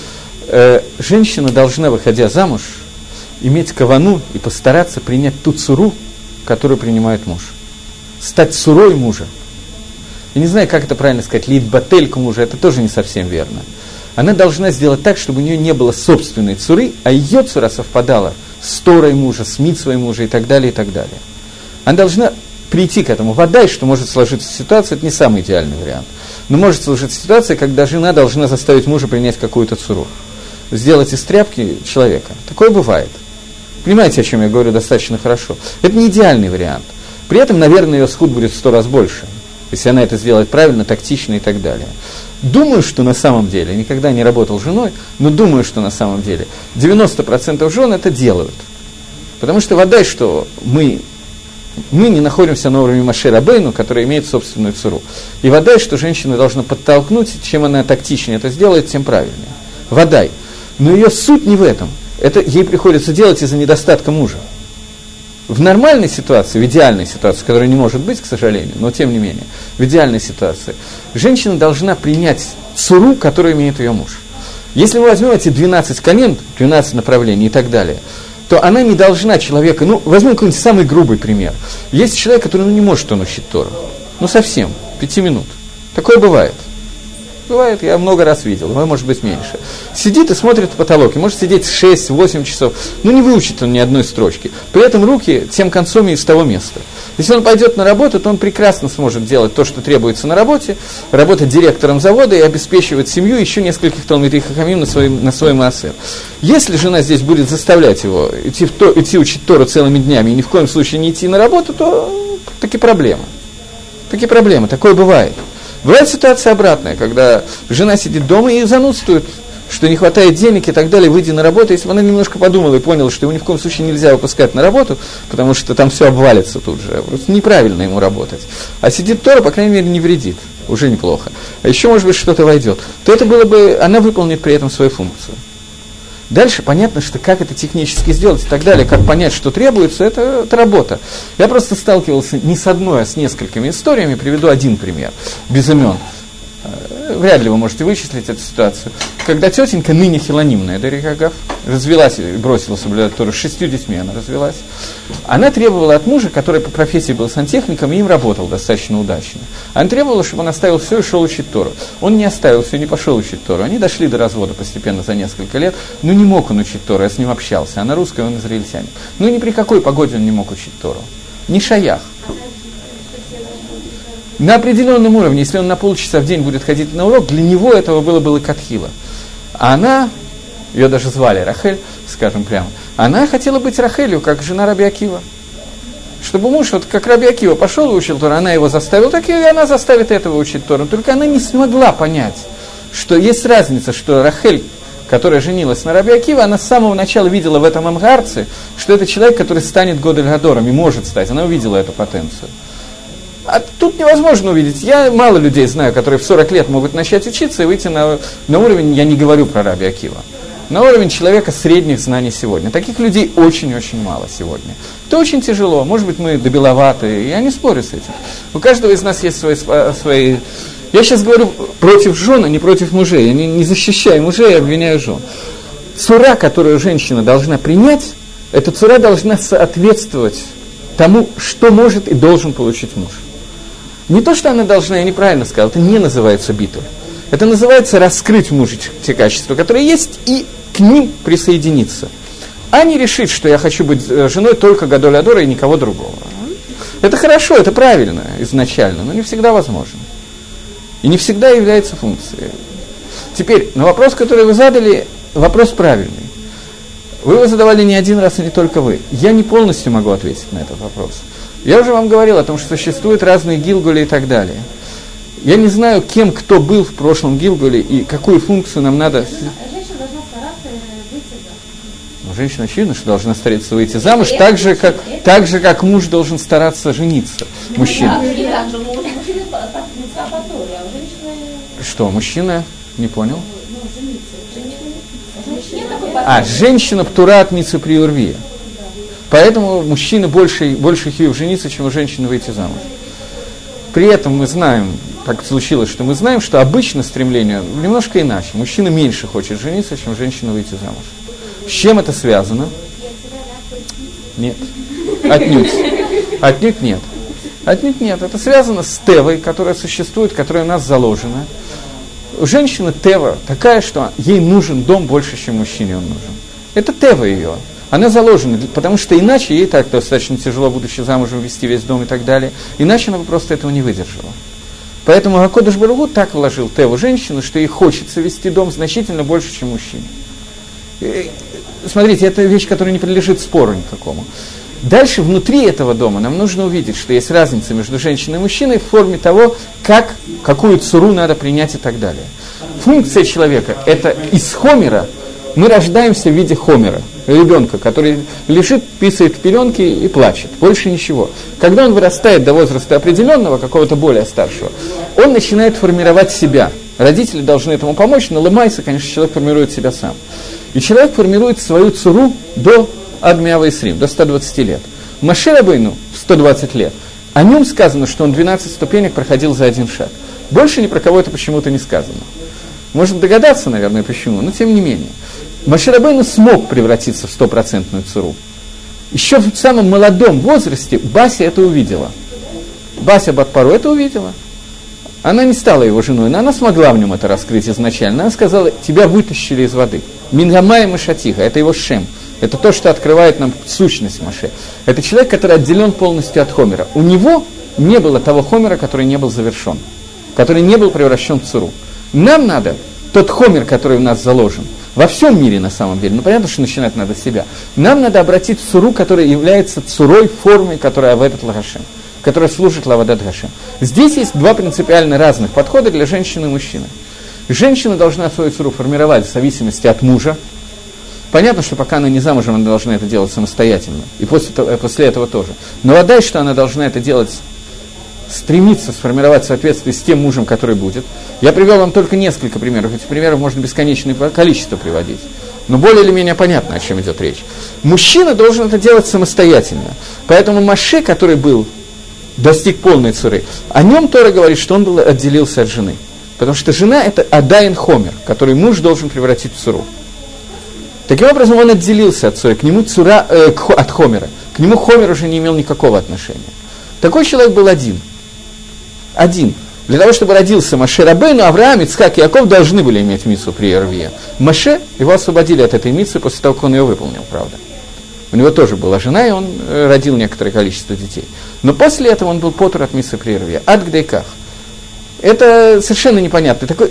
Женщина должна, выходя замуж, иметь кавану и постараться принять ту цуру, которую принимает муж. Стать цурой мужа. Я не знаю, как это правильно сказать, литбатель к мужу, это тоже не совсем верно. Она должна сделать так, чтобы у нее не было собственной цуры, а ее цура совпадала с торой мужа, с мицвой мужа и так далее, и так далее. Она должна прийти к этому. Вода, что может сложиться ситуация, это не самый идеальный вариант. Но может сложиться ситуация, когда жена должна заставить мужа принять какую-то цуру. Сделать из тряпки человека. Такое бывает. Понимаете, о чем я говорю достаточно хорошо? Это не идеальный вариант. При этом, наверное, ее схуд будет в 100 раз больше, если она это сделает правильно, тактично и так далее. Думаю, что на самом деле, никогда не работал женой, но думаю, что на самом деле 90% жен это делают. Потому что вода, что мы не находимся на уровне Моше Рабейну, который имеет собственную цуру. И вода, что женщина должна подтолкнуть, чем она тактичнее это сделает, тем правильнее. Вода. Но ее суть не в этом. Это ей приходится делать из-за недостатка мужа. В нормальной ситуации, в идеальной ситуации, которая не может быть, к сожалению, но тем не менее, в идеальной ситуации, женщина должна принять цуру, которую имеет ее муж. Если мы возьмем эти 12 колен, 12 направлений и так далее, то она не должна человека, возьмем какой-нибудь самый грубый пример. Есть человек, который не может он учить Тору. Совсем, 5 минут. Такое бывает. Бывает, я много раз видел, может быть меньше. Сидит и смотрит в потолок, и может сидеть 6-8 часов, не выучит он ни одной строчки. При этом руки тем концом из того места. Если он пойдет на работу, то он прекрасно сможет делать то, что требуется на работе, работать директором завода и обеспечивать семью, еще нескольких талмидей хахамим на свой маасер. Если жена здесь будет заставлять его идти учить Тору целыми днями и ни в коем случае не идти на работу, то таки проблема. Такое бывает. Бывает ситуация обратная, когда жена сидит дома и занудствует, что не хватает денег и так далее, выйди на работу. Если бы она немножко подумала и поняла, что его ни в коем случае нельзя выпускать на работу, потому что там все обвалится тут же, просто неправильно ему работать. А сидит Тора, по крайней мере, не вредит, уже неплохо. А еще, может быть, что-то войдет. То это было бы, она выполнит при этом свою функцию. Дальше понятно, что как это технически сделать и так далее, как понять, что требуется, это работа. Я просто сталкивался не с одной, а с несколькими историями, приведу один пример, без имен. Вряд ли вы можете вычислить эту ситуацию. Когда тетенька, ныне хилонимная, Дарья Агав, развелась и бросила соблюдать Тору, с 6 детьми она развелась, она требовала от мужа, который по профессии был сантехником, и им работал достаточно удачно. Она требовала, чтобы он оставил все и шел учить Тору. Он не оставил все, не пошел учить Тору. Они дошли до развода постепенно за несколько лет, но не мог он учить Тору, я с ним общался. Она русская, он израильтянин. Но ни при какой погоде он не мог учить Тору. Не шаях. На определенном уровне, если он на полчаса в день будет ходить на урок, для него этого было бы лакатхила. А она, ее даже звали Рахель, скажем прямо, она хотела быть Рахелью, как жена Раби Акива. Чтобы муж, вот как Раби Акива пошел и учил Тору, она его заставила, так и она заставит этого учить Тору. Только она не смогла понять, что есть разница, что Рахель, которая женилась на Раби Акива, она с самого начала видела в этом амгарце, что это человек, который станет Годель Гадором и может стать. Она увидела эту потенцию. А тут невозможно увидеть. Я мало людей знаю, которые в 40 лет могут начать учиться и выйти на уровень, я не говорю про Раби Акива, на уровень человека средних знаний сегодня. Таких людей очень-очень мало сегодня. Это очень тяжело. Может быть, мы добеловаты, я не спорю с этим. У каждого из нас есть свои... Я сейчас говорю против жен, а не против мужей. Я не защищаю мужей, я обвиняю жен. Цура, которую женщина должна принять, эта цура должна соответствовать тому, что может и должен получить муж. Не то, что она должна, я неправильно сказал, это не называется битуль. Это называется раскрыть в муже те качества, которые есть, и к ним присоединиться. А не решить, что я хочу быть женой только Гадоль Адора и никого другого. Это хорошо, это правильно изначально, но не всегда возможно. И не всегда является функцией. Теперь, на вопрос, который вы задали, вопрос правильный. Вы его задавали не один раз, и не только вы. Я не полностью могу ответить на этот вопрос. Я уже вам говорил о том, что существуют разные гилгули и так далее. Я не знаю, кем кто был в прошлом гилгуле и какую функцию нам надо... Женщина должна стараться выйти замуж. Женщина, очевидно, что должна стараться выйти замуж, так же, как муж должен стараться жениться. Мужчина. Что, мужчина? Не понял. Женщина птура от мицвы при урвии. Поэтому мужчина больше хиюв жениться, чем у женщины выйти замуж. При этом мы знаем, так случилось, что мы знаем, что обычно стремление немножко иначе. Мужчина меньше хочет жениться, чем женщина выйти замуж. С чем это связано? Нет. Отнюдь нет. Отнюдь нет. Это связано с тевой, которая существует, которая у нас заложена. У женщины тева такая, что ей нужен дом больше, чем мужчине он нужен. Это тева ее. Она заложена, потому что иначе ей так достаточно тяжело, будучи замужем, вести весь дом и так далее. Иначе она бы просто этого не выдержала. Поэтому Акодыш Барух Ху так вложил теву женщину, что ей хочется вести дом значительно больше, чем мужчине. И, смотрите, это вещь, которая не подлежит спору никакому. Дальше, внутри этого дома, нам нужно увидеть, что есть разница между женщиной и мужчиной в форме того, какую цуру надо принять и так далее. Функция человека – это из хомера, мы рождаемся в виде хомера, ребенка, который лежит, писает в пеленке и плачет, больше ничего. Когда он вырастает до возраста определенного, какого-то более старшего, он начинает формировать себя. Родители должны этому помочь, но лымайся, конечно, человек формирует себя сам. И человек формирует свою цуру до Адмиава Исрим, до 120 лет. Моше Рабейну в 120 лет, о нем сказано, что он 12 ступенек проходил за один шаг. Больше ни про кого это почему-то не сказано. Можно догадаться, наверное, почему, но тем не менее. Моше Рабейну смог превратиться в 100% цуру. Еще в самом молодом возрасте Бася это увидела. Бася Бат-Паро это увидела. Она не стала его женой, но она смогла в нем это раскрыть изначально. Она сказала, тебя вытащили из воды. Мингамай Машатиха, это его шем. Это то, что открывает нам сущность Моше. Это человек, который отделен полностью от хомера. У него не было того хомера, который не был завершен, который не был превращен в цуру. Нам надо тот хомер, который у нас заложен, во всем мире на самом деле, понятно, что начинать надо с себя. Нам надо обратить в цуру, которая является цурой, формой, которая в этот лагашем. которая служит лавадат Гашем. Здесь есть два принципиально разных подхода для женщины и мужчины. Женщина должна свою цуру формировать в зависимости от мужа. Понятно, что пока она не замужем, она должна это делать самостоятельно. И после этого тоже. Но отдай, что она должна это делать, стремиться сформировать в соответствии с тем мужем, который будет. Я привел вам только несколько примеров. Эти примеров можно бесконечное количество приводить. Но более или менее понятно, о чем идет речь. Мужчина должен это делать самостоятельно. Поэтому Моше, который достиг полной цуры, о нем Тора говорит, что он отделился от жены. Потому что жена – это Адайн Хомер, который муж должен превратить в цуру. Таким образом, он отделился от цуры, к нему цура, от Хомера. К нему Хомер уже не имел никакого отношения. Такой человек был один. Для того, чтобы родился Моше Рабейну, Авраам, Ицхак и Яков должны были иметь мицву при Ирвие. Моше, его освободили от этой мицвы после того, как он ее выполнил, правда. У него тоже была жена, и он родил некоторое количество детей. Но после этого он был потур от мицвы при Ирвие. Ад гдейках. Это совершенно непонятно. Такой...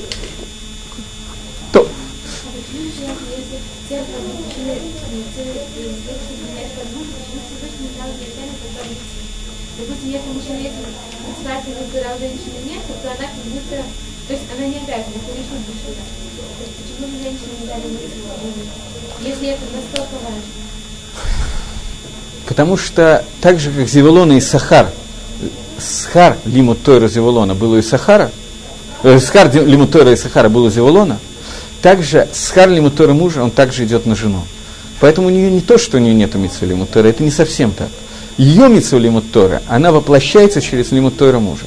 То есть она не обязана, это лишь души. Почему женщине не дали митцву, если это настолько важно? Потому что так же, как Зевулон и Исахар, Схар лимут Тойра Зевулона был у Исахара, Схар лимут Тойра Исахара был у Зевулона, также Схар лимут Тойра мужа, он также идет на жену. Поэтому у нее не то, что у нее нет митцвы лимут Тойра, это не совсем так. Ее митцва лимут Тойра, она воплощается через лимут Тойра мужа.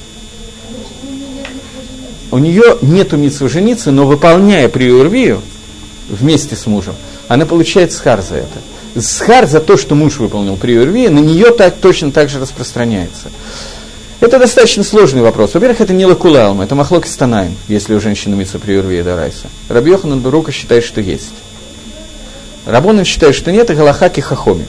У нее нету митцвы жениться, но выполняя приурвию вместе с мужем, она получает схар за это. Схар за то, что муж выполнил приурвию, на нее точно так же распространяется. Это достаточно сложный вопрос. Во-первых, это не лакулалма, это махлокис танаим, если у женщины митцва приурвия дарайса. Раби Йоханан бен Рука считает, что есть. Рабонан считает, что нет, и галахаки хахомим.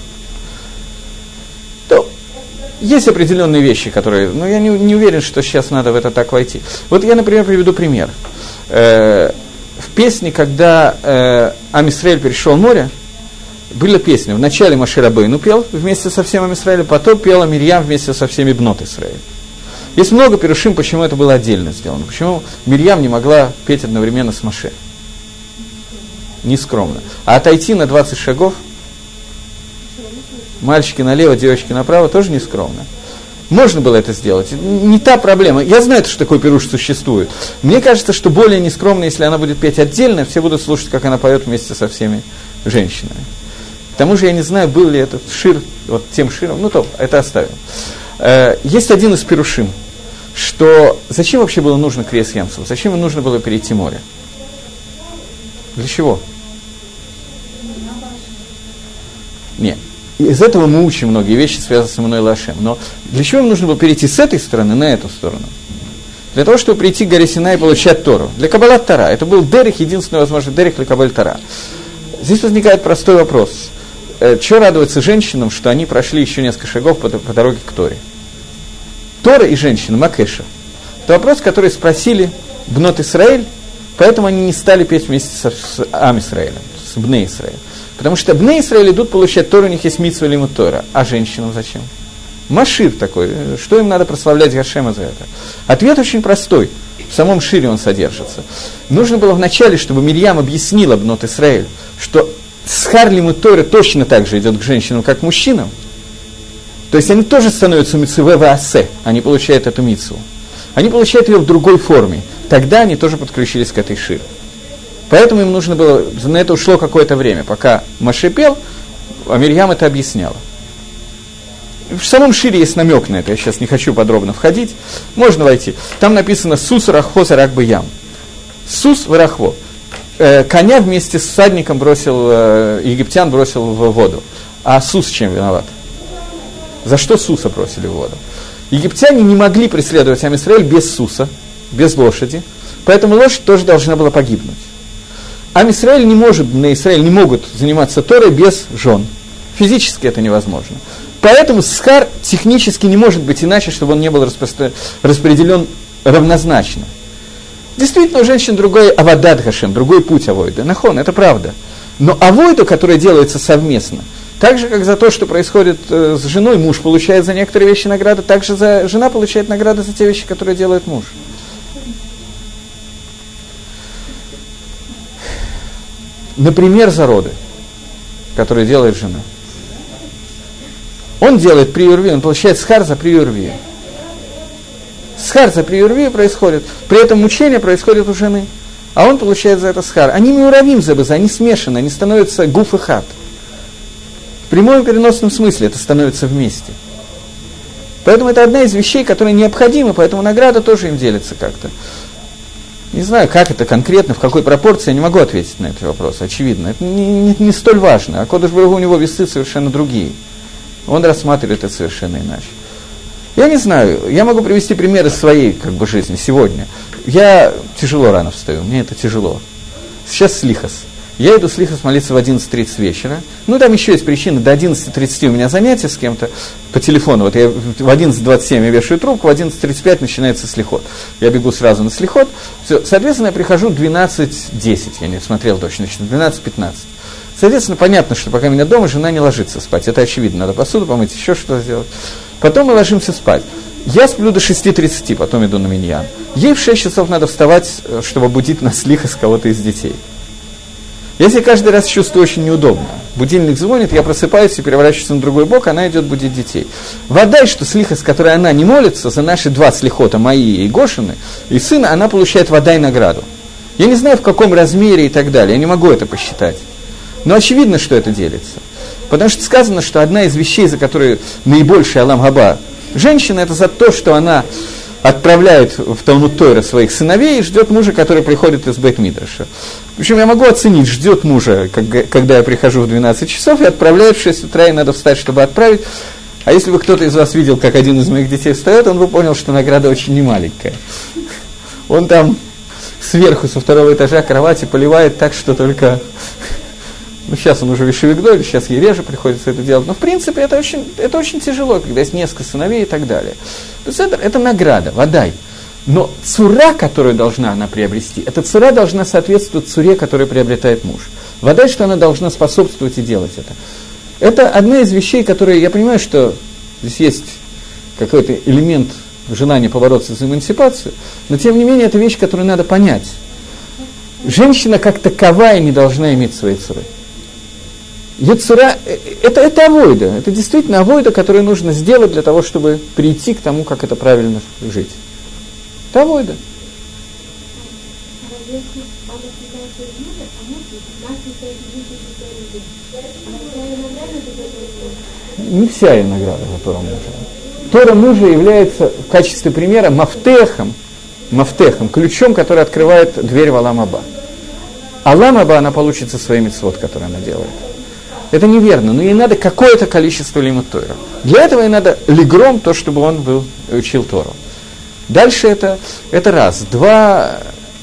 Есть определенные вещи, которые... Но я не уверен, что сейчас надо в это так войти. Вот я, например, приведу пример. В песне, когда Ам Исраэль перешел море, была песня. Вначале Моше Рабейну пел вместе со всем Ам Исраэлем, потом пела Мирьям вместе со всеми бнот Исраэль. Есть много пирушим, почему это было отдельно сделано. Почему Мирьям не могла петь одновременно с Моше. Нескромно. А отойти на 20 шагов, мальчики налево, девочки направо, тоже нескромно. Можно было это сделать. Не та проблема. Я знаю, что такой пируш существует. Мне кажется, что более нескромно, если она будет петь отдельно, все будут слушать, как она поет вместе со всеми женщинами. К тому же я не знаю, был ли этот шир, вот тем широм, это оставим. Есть один из пирушим, что зачем вообще было нужно крес Ямсов? Зачем нужно было перейти море? Для чего? Нет. Из этого мы учим многие вещи, связанные с Эммануэлем Лашем. Но для чего им нужно было перейти с этой стороны на эту сторону? Для того, чтобы прийти к горе Синай и получать Тору. Для Каббалат Тора. Это был дерих, единственный возможный дерих для Каббалат Тора. Здесь возникает простой вопрос. Чего радоваться женщинам, что они прошли еще несколько шагов по дороге к Торе? Тора и женщины, Макеша. Это вопрос, который спросили Бнот Исраэль, поэтому они не стали петь вместе с Ам Исраэлем, с Бне Исраэлем. Потому что Бне Исраэль идут получать Тору, у них есть мицва лимут Тора. А женщинам зачем? Машир такой. Что им надо прославлять Гашема за это? Ответ очень простой. В самом шире он содержится. Нужно было вначале, чтобы Мирьям объяснила Бнот Исраэль, что схар лимут Тора точно так же идет к женщинам, как к мужчинам. То есть они тоже становятся мицве ваасе. Они получают эту мицву. Они получают ее в другой форме. Тогда они тоже подключились к этой шире. Поэтому им нужно было, на это ушло какое-то время, пока Моше пел, а Мирьям это объясняла. В самом шире есть намек на это, я сейчас не хочу подробно входить, можно войти. Там написано «Сус рахво зарак бы ям». Сус варахво. Коня вместе с всадником египтян бросил в воду. А Сус чем виноват? За что Суса бросили в воду? Египтяне не могли преследовать Ам Исраэль без Суса, без лошади, поэтому лошадь тоже должна была погибнуть. Ам Исраэль не может, на Исраэль не могут заниматься Торой без жен. Физически это невозможно. Поэтому схар технически не может быть иначе, чтобы он не был распределен равнозначно. Действительно, у женщин другой авадат гашем, другой путь авойда. Нахон, это правда. Но авойду, которая делается совместно, Так же, как за то, что происходит с женой, муж получает за некоторые вещи награды, так же жена получает награды за те вещи, которые делает муж. Например, за роды, которые делает жена. Он делает приюрви, он получает схар за приюрви. Схар за приюрви происходит, при этом мучение происходит у жены, а он получает за это схар. Они миуравим забыза, они смешаны, они становятся гуф и хат. В прямом и переносном смысле это становится вместе. Поэтому это одна из вещей, которые необходимы, поэтому награда тоже им делится как-то. Не знаю, как это конкретно, в какой пропорции, я не могу ответить на этот вопрос, очевидно. Это не столь важно, а Кодеш Барух Ху, у него весы совершенно другие. Он рассматривает это совершенно иначе. Я не знаю, я могу привести примеры своей жизни сегодня. Я тяжело рано встаю, мне это тяжело. Сейчас слихас. Я иду слихас молиться в 11:30 вечера. Ну, там еще есть причина, до 11:30 у меня занятия с кем-то по телефону. Вот я в 11:27 я вешаю трубку, в 11:35 начинается слихот. Я бегу сразу на слихот. Все. Соответственно, я прихожу в 12:10, я не смотрел точно, 12:15. Соответственно, понятно, что пока меня дома, жена не ложится спать. Это очевидно, надо посуду помыть, еще что-то сделать. Потом мы ложимся спать. Я сплю до 6:30, потом иду на миньян. Ей в 6 часов надо вставать, чтобы будить на слихас кого-то из детей. Я себя каждый раз чувствую очень неудобно. Будильник звонит, я просыпаюсь и переворачиваюсь на другой бок, она идет будить детей. Вода, что слиха, с которой она не молится, за наши 2 слихота, мои и Гошины, и сына, она получает вода и награду. Я не знаю, в каком размере и так далее, я не могу это посчитать. Но очевидно, что это делится. Потому что сказано, что одна из вещей, за которые наибольший Алам Габа женщина, это за то, что она отправляет в Талмуд Тойра своих сыновей и ждет мужа, который приходит из Бейт-Мидраша. Причем я могу оценить, ждет мужа, когда я прихожу в 12 часов, и отправляет в 6 утра, и надо встать, чтобы отправить. А если бы кто-то из вас видел, как один из моих детей встает, он бы понял, что награда очень немаленькая. Он там сверху, со 2-го этажа кровати поливает так, что только... Ну, сейчас он уже в Ешиве-Гдоле, сейчас ей реже приходится это делать. Но, в принципе, это очень тяжело, когда есть несколько сыновей и так далее. То есть это награда, водай. Но цура, которую должна она приобрести, эта цура должна соответствовать цуре, которую приобретает муж. Водай, что она должна способствовать и делать это. Это одна из вещей, которые, я понимаю, что здесь есть какой-то элемент желания побороться за эмансипацию, но, тем не менее, это вещь, которую надо понять. Женщина как таковая не должна иметь своей цуры. Ецура – это авойда, это действительно авойда, которую нужно сделать для того, чтобы прийти к тому, как это правильно жить. Это авойда. Не вся ее награда за Тора мужа. Тора мужа является в качестве примера мафтехом, ключом, который открывает дверь в Алам Аба. Алам Аба она получит со своей мицвот, которые она делает. Это неверно, но ей надо какое-то количество лимут Тора. Для этого ей надо лигром, то, чтобы он учил Тору. Дальше это раз. Два,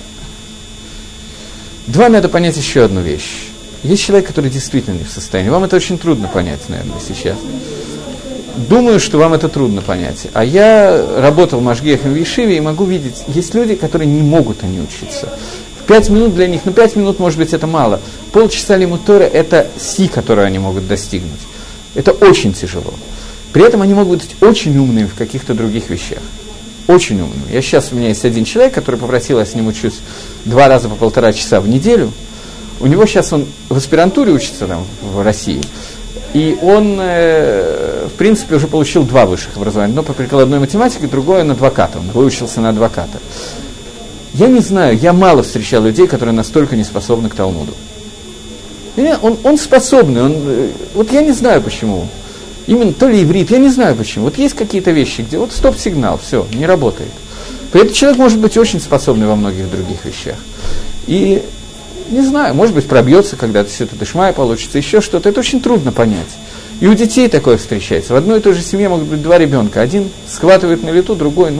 надо понять еще одну вещь. Есть человек, который действительно не в состоянии. Вам это очень трудно понять, наверное, сейчас. Думаю, что вам это трудно понять. А я работал машгехом в Ешиве и могу видеть, есть люди, которые не могут они учиться. 5 минут для них, 5 минут, может быть, это мало. Полчаса лимут Торы – это си, которую они могут достигнуть. Это очень тяжело. При этом они могут быть очень умными в каких-то других вещах. Очень умными. У меня есть один человек, который попросил, я с ним учусь 2 раза по 1,5 часа в неделю. У него сейчас он в аспирантуре учится там, в России. И он, в принципе, уже получил 2 высших образования. Одно по прикладной математике, другое на адвоката. Он выучился на адвоката. Я не знаю, я мало встречал людей, которые настолько не способны к Талмуду. Он способный, вот я не знаю почему. Именно то ли иврит, я не знаю почему. Вот есть какие-то вещи, где вот стоп-сигнал, все, не работает. При этом человек может быть очень способный во многих других вещах. И, не знаю, может быть, пробьется когда-то, все это дышмая получится, еще что-то. Это очень трудно понять. И у детей такое встречается. В одной и той же семье могут быть 2 ребенка. Один схватывает на лету, другой,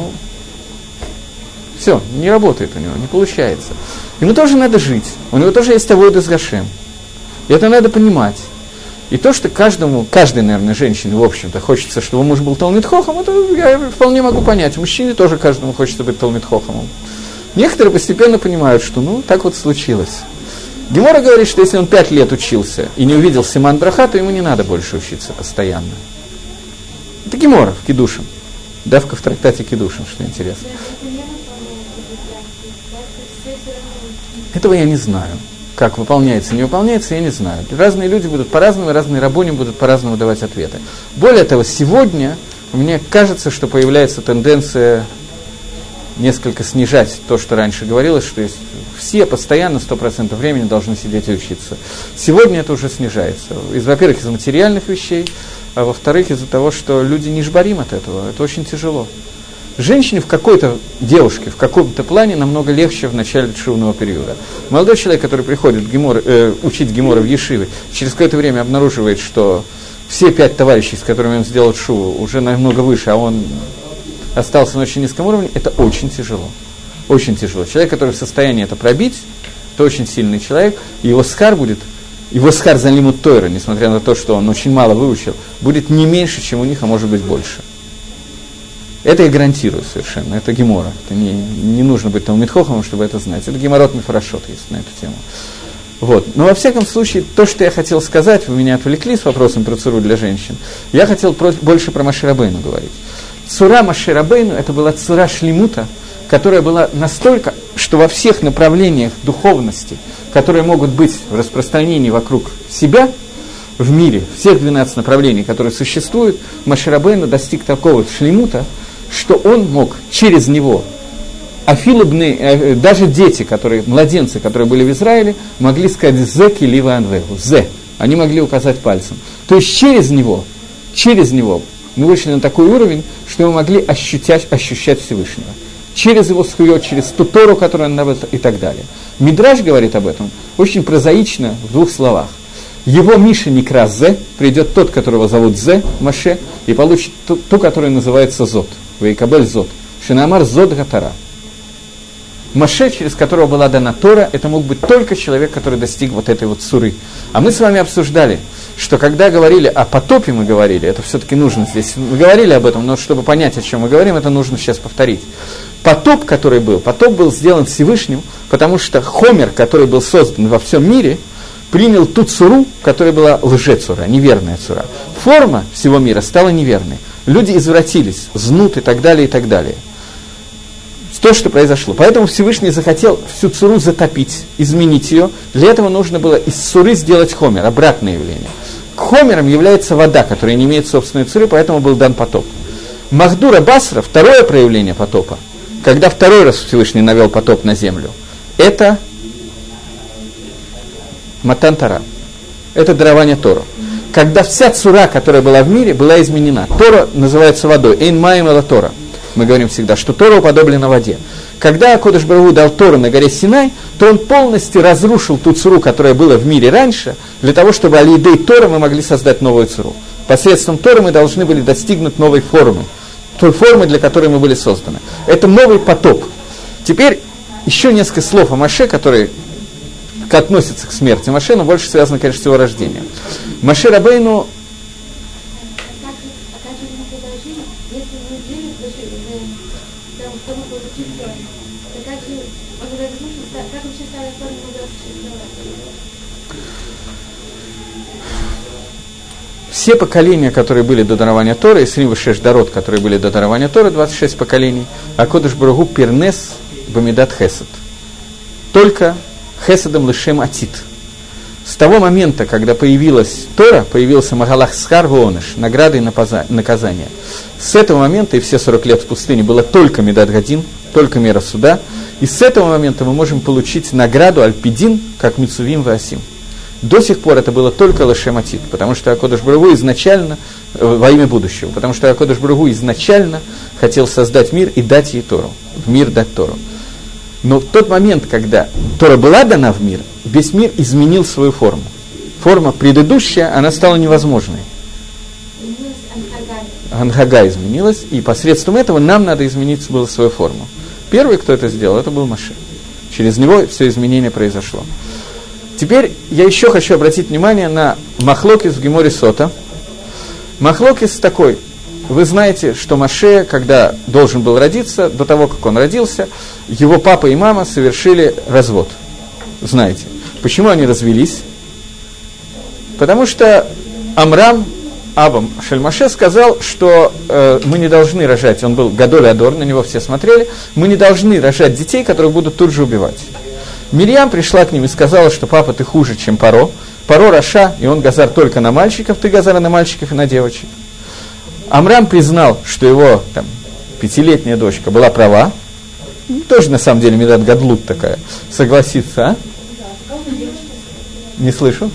все, не работает у него, не получается. Ему тоже надо жить, у него тоже есть авойда с Гашем. И это надо понимать. И то, что каждой, наверное, женщине, в общем-то, хочется, чтобы муж был Талмид Хохам, это я вполне могу понять. Мужчине тоже каждому хочется быть Талмид Хохамом. Некоторые постепенно понимают, что, так вот случилось. Гемора говорит, что если он 5 лет учился и не увидел Симан Браха, то ему не надо больше учиться постоянно. Это Гемора в Кидушин. Давка в трактате Кидушин, что интересно. Этого я не знаю. Как выполняется, не выполняется, я не знаю. Разные люди будут по-разному, разные рабоним будут по-разному давать ответы. Более того, сегодня мне кажется, что появляется тенденция несколько снижать то, что раньше говорилось, что есть все постоянно 100% времени должны сидеть и учиться. Сегодня это уже снижается. Во-первых, из-за материальных вещей, а во-вторых, из-за того, что люди не жбарим от этого. Это очень тяжело. Женщине девушке в каком-то плане намного легче в начале тшувного периода. Молодой человек, который приходит учить гемора в ешиве, через какое-то время обнаруживает, что все 5 товарищей, с которыми он сделал тшуву, уже намного выше, а он остался на очень низком уровне, это очень тяжело. Очень тяжело. Человек, который в состоянии это пробить, это очень сильный человек, и его схар за лимут Тойра, несмотря на то, что он очень мало выучил, будет не меньше, чем у них, а может быть больше. Это я гарантирую совершенно, это гемора. Это не нужно быть Талмид Хохамом, чтобы это знать. Это геморрот Мефарашот есть на эту тему. Вот. Но во всяком случае, то, что я хотел сказать, вы меня отвлекли с вопросом про цуру для женщин, я хотел больше про Моше Рабейну говорить. Цура Моше Рабейну, это была цура шлемута, которая была настолько, что во всех направлениях духовности, которые могут быть в распространении вокруг себя, в мире, всех 12 направлений, которые существуют, Моше Рабейну достиг такого шлемута, что он мог через него, даже дети, младенцы, которые были в Израиле, могли сказать «зе килива анвегу», «зе», они могли указать пальцем. То есть через него мы вышли на такой уровень, что мы могли ощущать Всевышнего. Через его схуёт, через ту Тору, которую он навел, и так далее. Мидраш говорит об этом очень прозаично в 2 словах. Его Миша Некразе, придет тот, которого зовут Зе, Моше, и получит ту, которая называется Зот, Вейкабель Зот, Шинамар Зот Гатара. Моше, через которого была дана Тора, это мог быть только человек, который достиг вот этой вот цуры. А мы с вами обсуждали, что когда говорили о потопе, это все-таки нужно здесь, мы говорили об этом, но чтобы понять, о чем мы говорим, это нужно сейчас повторить. Потоп был сделан Всевышним, потому что Хомер, который был создан во всем мире, принял ту цуру, которая была лжецура, неверная цура. Форма всего мира стала неверной. Люди извратились, знут и так далее, и так далее. То, что произошло. Поэтому Всевышний захотел всю цуру затопить, изменить ее. Для этого нужно было из цуры сделать хомер, обратное явление. Хомером является вода, которая не имеет собственной цуры, поэтому был дан потоп. Махдура Басра, второе проявление потопа, когда второй раз Всевышний навел потоп на землю, это Матан Тора. Это дарование Тору. Когда вся цура, которая была в мире, была изменена. Тора называется водой. Эйн маим эла Тора. Мы говорим всегда, что Тора уподоблена воде. Когда Акодыш Барух Ху дал Тору на горе Синай, то он полностью разрушил ту цуру, которая была в мире раньше, для того, чтобы аль-идей Тора мы могли создать новую цуру. Посредством Торы мы должны были достигнуть новой формы, той формы, для которой мы были созданы. Это новый потоп. Теперь еще несколько слов о Моше, которые относятся к смерти Моше, но больше связано, конечно, с его рождением. Моше Рабейну... Все поколения, которые были до дарования Торы, и Срим Шеш Дарот, которые были до дарования Торы, 26 поколений, Акодыш Барух Ху Пирнес Бамидат Хесед. Только Хеседом Лешем Атит. С того момента, когда появилась Тора, появился Магалах Схар Воонеш, награды и наказания. С этого момента, и все 40 лет в пустыне, было только Медат Гадин, только мера суда, и с этого момента мы можем получить награду Альпидин, как Мицувим Васим. До сих пор это было только Лешем Атит, потому что Акодыш Барух Ху изначально, во имя будущего, потому что Акодыш Барух Ху изначально хотел создать мир и дать ей Тору, в мир дать Тору. Но в тот момент, когда Тора была дана в мир, весь мир изменил свою форму. Форма предыдущая, она стала невозможной. Анхага изменилась, и посредством этого нам надо изменить было свою форму. Первый, кто это сделал, это был Моше. Через него все изменение произошло. Теперь я еще хочу обратить внимание на махлокис в Геморе Сота. Махлокис такой. Вы знаете, что Моше, когда должен был родиться, до того, как он родился, его папа и мама совершили развод. Знаете. Почему они развелись? Потому что Амрам, Абам Шельмаше, сказал, что мы не должны рожать, он был Гадоль Адор, на него все смотрели, мы не должны рожать детей, которые будут тут же убивать. Мирьям пришла к ним и сказала, что папа, ты хуже, чем Паро. Паро Раша, и он газар только на мальчиков, ты газар на мальчиков и на девочек. Амрам признал, что его 5-летняя дочка была права, тоже на самом деле Медат Гадлут такая, согласится, а? Не слышу.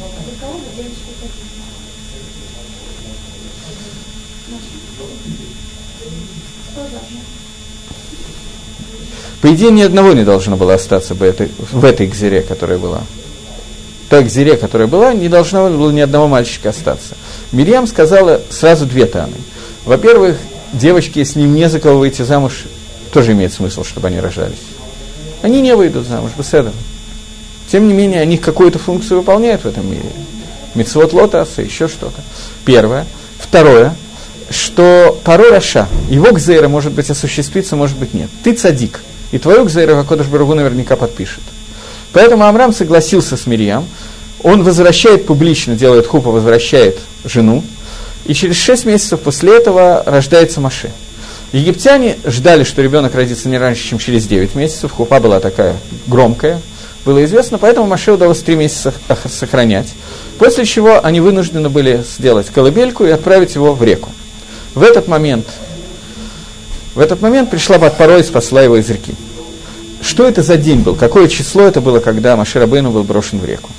По идее, ни одного не должно было остаться в этой гзире, которая была. Той гзире, которая была, не должно было ни одного мальчика остаться. Мирьям сказала сразу две таны. Во-первых, девочки, если им не за кого выйти замуж, тоже имеет смысл, чтобы они рожались. Они не выйдут замуж, беседа. Тем не менее, они какую-то функцию выполняют в этом мире. Мицвот лотаса, еще что-то. Первое. Второе, что Паро Раша, его гзейра может быть осуществится, может быть нет. Ты цадик, и твою гзейру Акодыш Барух Ху наверняка подпишет. Поэтому Амрам согласился с Мирьям, он возвращает публично, делает хупа, возвращает жену, и через 6 месяцев после этого рождается Моше. Египтяне ждали, что ребенок родится не раньше, чем через 9 месяцев, хупа была такая громкая, было известно, поэтому Моше удалось 3 месяца сохранять, после чего они вынуждены были сделать колыбельку и отправить его в реку. В этот момент пришла Бат Паро и спасла его из реки. Что это за день был? Какое число это было, когда Моше Рабейну был брошен в реку?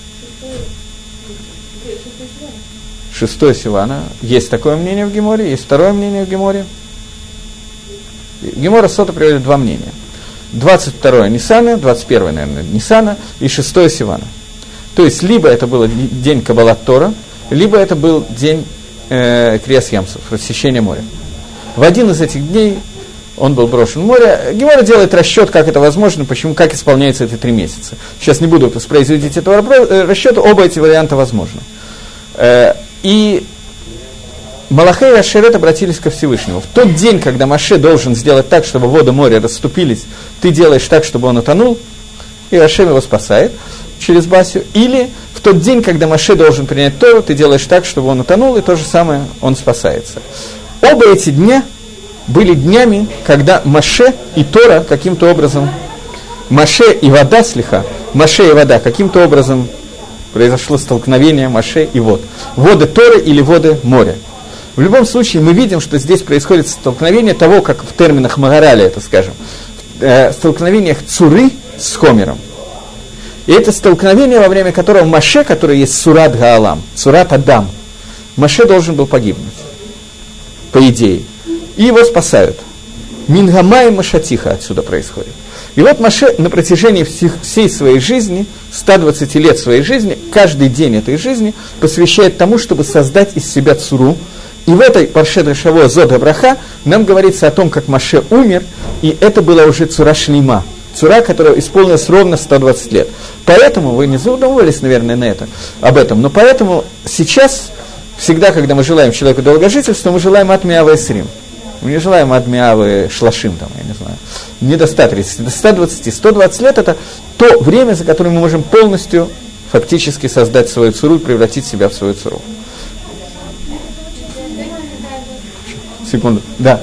6 Сивана. Есть такое мнение в Геморе, есть второе мнение в Геморе. Гемора Сота приводит 2 мнения. 22 Нисана, 21, наверное, Нисана и 6 Сивана. То есть, либо это был день Каббалат Тора, либо это был день Криас Ямсов, рассечения моря. В один из этих дней он был брошен в море. Гемора делает расчет, как это возможно, почему, как исполняются эти 3 месяца. Сейчас не буду воспроизводить этого расчета, оба эти варианта возможны. И Малахей и Ашерет обратились ко Всевышнему. В тот день, когда Моше должен сделать так, чтобы воды моря расступились, ты делаешь так, чтобы он утонул, и Ашем его спасает через Басию. Или в тот день, когда Моше должен принять Тору, ты делаешь так, чтобы он утонул, и то же самое он спасается. Оба эти дня были днями, когда Моше и Тора каким-то образом, Моше и вода, Моше и вода, каким-то образом произошло столкновение Моше и вод. Воды Торы или воды моря. В любом случае, мы видим, что здесь происходит столкновение того, как в терминах Магараля это скажем, столкновениях Цуры с Хомером. И это столкновение, во время которого Моше, который есть Сурат Гаалам, Сурат Адам, Моше должен был погибнуть, по идее. И его спасают. Мингамай Машатиха отсюда происходит. И вот Моше на протяжении всей своей жизни, 120 лет своей жизни, каждый день этой жизни посвящает тому, чтобы создать из себя цуру. И в этой парше Дрошаво Зод Абраха нам говорится о том, как Моше умер, и это была уже цура шлейма, цура, которая исполнилась ровно 120 лет. Поэтому, вы не задумывались, наверное, об этом, но поэтому сейчас, всегда, когда мы желаем человеку долгожительства, мы желаем Атмиава Эсрим. Мы не желаем Адмиавы Шлашим, там, я не знаю, не до 130, до 120. 120 лет – это то время, за которое мы можем полностью, фактически создать свою цуру и превратить себя в свою цуру. Секунду. Да.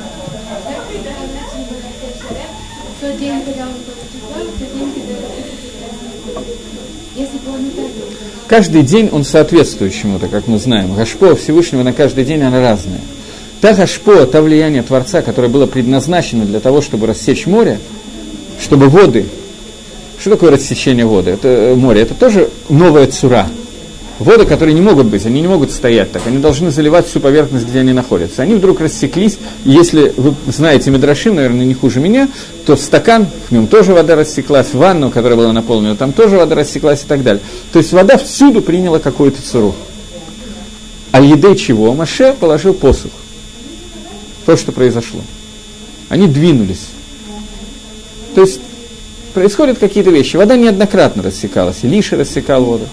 Каждый день он соответствует чему-то, как мы знаем. Гашпо Всевышнего на каждый день она разная. Та гашпо, та влияние Творца, которое было предназначено для того, чтобы рассечь море, чтобы воды... Что такое рассечение воды? Это море. Это тоже новая цура. Воды, которые не могут быть, они не могут стоять так, они должны заливать всю поверхность, где они находятся. Они вдруг рассеклись, и если вы знаете Мидрашим, наверное, не хуже меня, то в стакан, в нем тоже вода рассеклась, в ванну, которая была наполнена, там тоже вода рассеклась и так далее. То есть вода всюду приняла какую-то цуру. Аль-Едей чего? Моше положил посух. То, что произошло. Они двинулись. То есть происходят какие-то вещи. Вода неоднократно рассекалась, Илиша рассекал воду.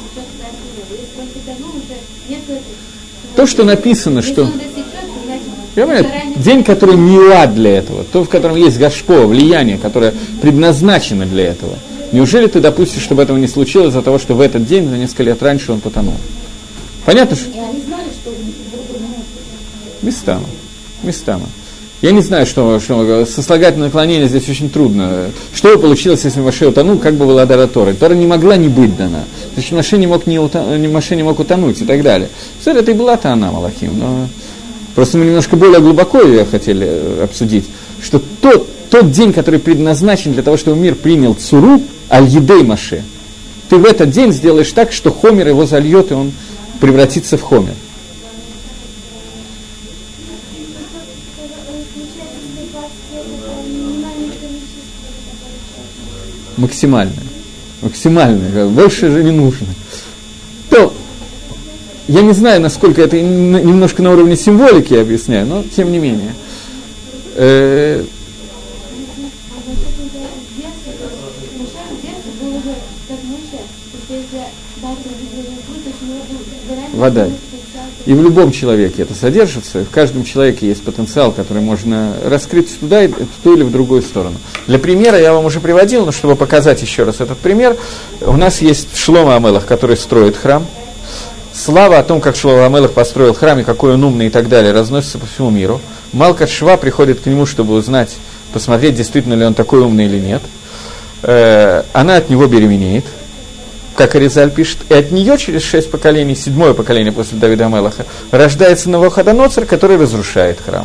То, что написано, что... Я понимаю, день, который милад для этого, то, в котором есть гашпо, влияние, которое предназначено для этого. Неужели ты допустишь, чтобы этого не случилось из-за того, что в этот день, на несколько лет раньше, он потонул? Понятно, что... Местами. Я не знаю, что сослагательное наклонение здесь очень трудно. Что бы получилось, если Моше утонул, как бы была дана Тора? Тора не могла не быть дана. Значит, Моше не мог утонуть и так далее. Все это и была Таана Малахим, но просто мы немножко более глубоко ее хотели обсудить, что тот день, который предназначен для того, чтобы мир принял цуру, аль-едей Моше, ты в этот день сделаешь так, что хомер его зальет, и он превратится в хомер. Максимальное, больше же не нужно. То, я не знаю, насколько это немножко на уровне символики я объясняю, но тем не менее. Вода. И в любом человеке это содержится, в каждом человеке есть потенциал, который можно раскрыть туда, в ту или в другую сторону. Для примера я вам уже приводил, но чтобы показать еще раз этот пример, у нас есть Шломо Амелах, который строит храм. Слава о том, как Шломо Амелах построил храм, и какой он умный и так далее, разносится по всему миру. Малкат Шва приходит к нему, чтобы узнать, посмотреть, действительно ли он такой умный или нет. Она от него беременеет, как Аризаль пишет, и от нее через 6 поколений, 7-е поколение после Давида Амелаха, рождается Навуходоносор, который разрушает храм.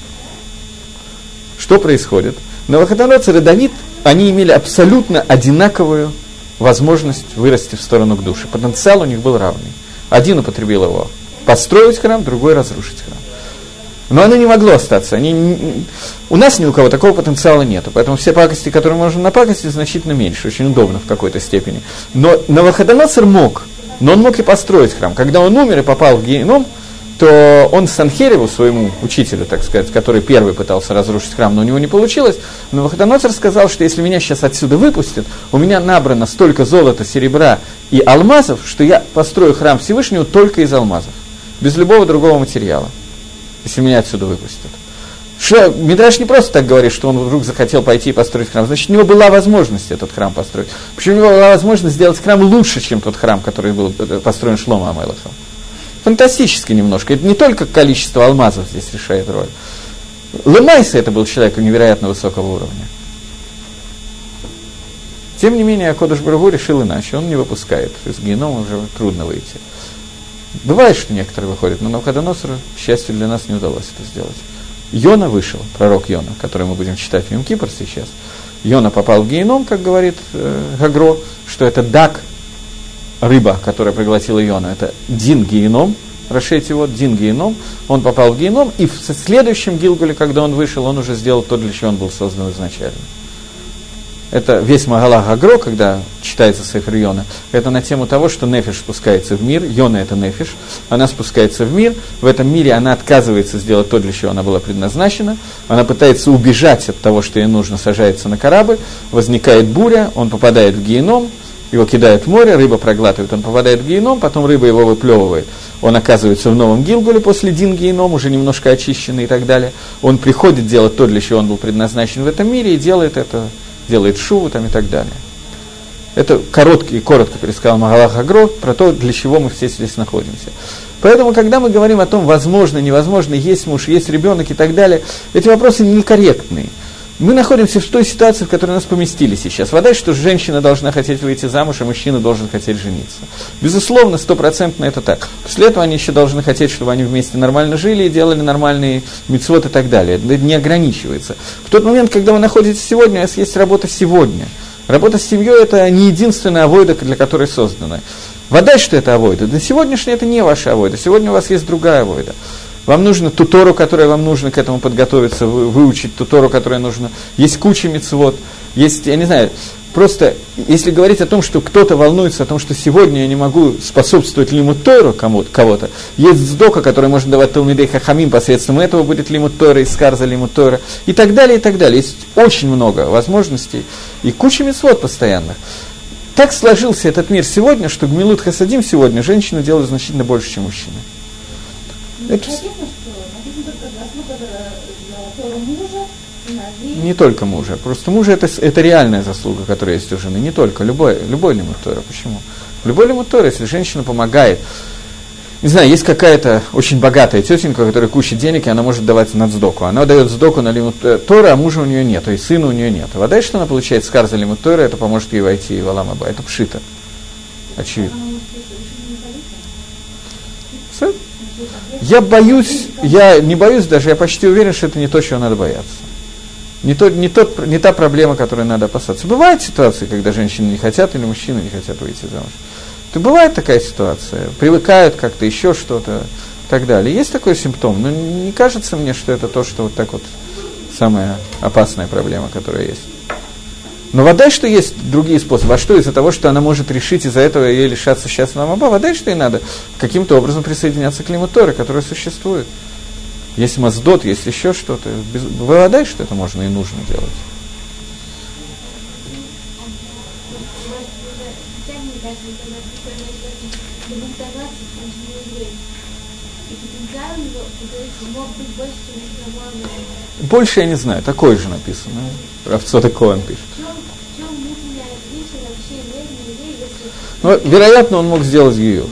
Что происходит? Навуходоносор и Давид, они имели абсолютно одинаковую возможность вырасти в сторону к душе. Потенциал у них был равный. Один употребил его построить храм, другой разрушить храм. Но оно не могло остаться. У нас ни у кого такого потенциала нет. Поэтому все пакости, которые можно напакостить, значительно меньше. Очень удобно в какой-то степени. Но Навуходоносор мог. Но он мог и построить храм. Когда он умер и попал в геном, то он Санхереву, своему учителю, так сказать, который первый пытался разрушить храм, но у него не получилось, Навуходоносор сказал, что если меня сейчас отсюда выпустят, у меня набрано столько золота, серебра и алмазов, что я построю храм Всевышнего только из алмазов. Без любого другого материала. Если меня отсюда выпустят. Мидраш не просто так говорит, что он вдруг захотел пойти и построить храм. Значит, у него была возможность этот храм построить. Почему у него была возможность сделать храм лучше, чем тот храм, который был построен Шломо Амелахом? Фантастически немножко. Это не только количество алмазов здесь решает роль. Лемайса это был человек невероятно высокого уровня. Тем не менее, Акодыш Барух Ху решил иначе. Он не выпускает. Из генома уже трудно выйти. Бывает, что некоторые выходят, но Навуходоносору, к счастью, для нас не удалось это сделать. Йона вышел, пророк Йона, который мы будем читать в Йом-Кипур сейчас. Йона попал в геном, как говорит Гагро, что это дак, рыба, которая проглотила Йона, это дин геном, расширить его, дин геном, он попал в геном, и в следующем Гилгуле, когда он вышел, он уже сделал то, для чего он был создан изначально. Это весь Магалах Гагро, когда читается Сефер Йона, это на тему того, что Нефиш спускается в мир, Йона это Нефиш, она спускается в мир, в этом мире она отказывается сделать то, для чего она была предназначена, она пытается убежать от того, что ей нужно, сажается на корабль, возникает буря, он попадает в геном, его кидают в море, рыба проглатывает, он попадает в геном, потом рыба его выплевывает, он оказывается в новом Гилгуле после Дин геном, уже немножко очищенный и так далее, он приходит делать то, для чего он был предназначен в этом мире, и делает это, делает шуву там и так далее. Это коротко пересказал Магалах Гагро про то, для чего мы все здесь находимся. Поэтому, когда мы говорим о том, возможно, невозможно, есть муж, есть ребенок и так далее, эти вопросы некорректные. Мы находимся в той ситуации, в которой нас поместили сейчас. Вода, что женщина должна хотеть выйти замуж, а мужчина должен хотеть жениться. Безусловно, 100% это так. После этого они еще должны хотеть, чтобы они вместе нормально жили и делали нормальные мицвот и так далее. Это не ограничивается. В тот момент, когда вы находитесь сегодня, у вас есть работа сегодня. Работа с семьей – это не единственная авойда, для которой создана. Вода, что это авойда? Да сегодняшняя это не ваша авойда. Сегодня у вас есть другая авойда. Вам нужно ту Тору, которая вам нужно к этому подготовиться, выучить ту Тору, которая нужна. Есть куча мицвот, есть, я не знаю, просто если говорить о том, что кто-то волнуется о том, что сегодня я не могу способствовать лимут Тору кого-то, есть сдока, которую можно давать Талмидей Хахамим, посредством этого будет лимут Тора, искар за лимут Тора, и так далее, и так далее. Есть очень много возможностей и куча мицвот постоянных. Так сложился этот мир сегодня, что Гмилут Хасадим сегодня женщины делают значительно больше, чем мужчины. Это... Не только мужа. Просто мужа это реальная заслуга, которая есть у жены. Не только. Любой лимуд Тора. Почему? Любой лимуд Тора, если женщина помогает. Не знаю, есть какая-то очень богатая тетенька, у которой куча денег, и она может давать на цдоку. Она дает цдоку на лимуд Тора, а мужа у нее нет, и сына у нее нет. А вода, что она получает скар за лимуд Тора, это поможет ей войти в Олам Аба. Это пшита. Очевидно. Я не боюсь даже, я почти уверен, что это не то, чего надо бояться. Не та проблема, которой надо опасаться. Бывают ситуации, когда женщины не хотят или мужчины не хотят выйти замуж. То бывает такая ситуация, привыкают как-то, еще что-то, и так далее. Есть такой симптом, но не кажется мне, что это то, что вот так вот самая опасная проблема, которая есть. Но вода, что есть другие способы. А что из-за того, что она может решить из-за этого ей лишаться счастья Маба? Вода, что ей надо каким-то образом присоединяться к лимуд Торы, который существует. Есть маздот, есть еще что-то. Вода, что это можно и нужно делать. Больше я не знаю, такое же написано. Рав Цодек Коэн пишет. Ну, вероятно, он мог сделать гиюр.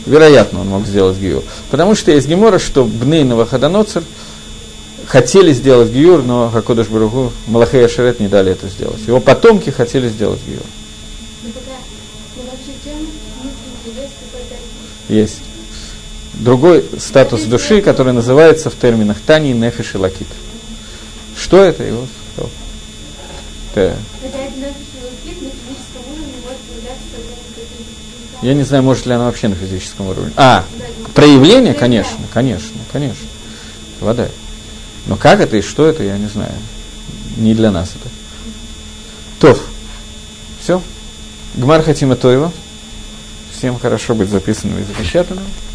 Потому что есть гемора, что Бней Навуходоносор хотели сделать гиюр, но Хакодеш Барух Ху, Малахей и Ашерет не дали это сделать. Его потомки хотели сделать гиюр. Есть. Другой статус души, который называется в терминах Тани, Нефеш и Лакит. Что это? Его сказал. Да. Я не знаю, может ли она вообще на физическом уровне. Проявление, конечно. Вода. Но как это и что это, я не знаю. Не для нас это. Тов. Все. Гмар Хатима Тойва. Всем хорошо быть записанным и запечатанным.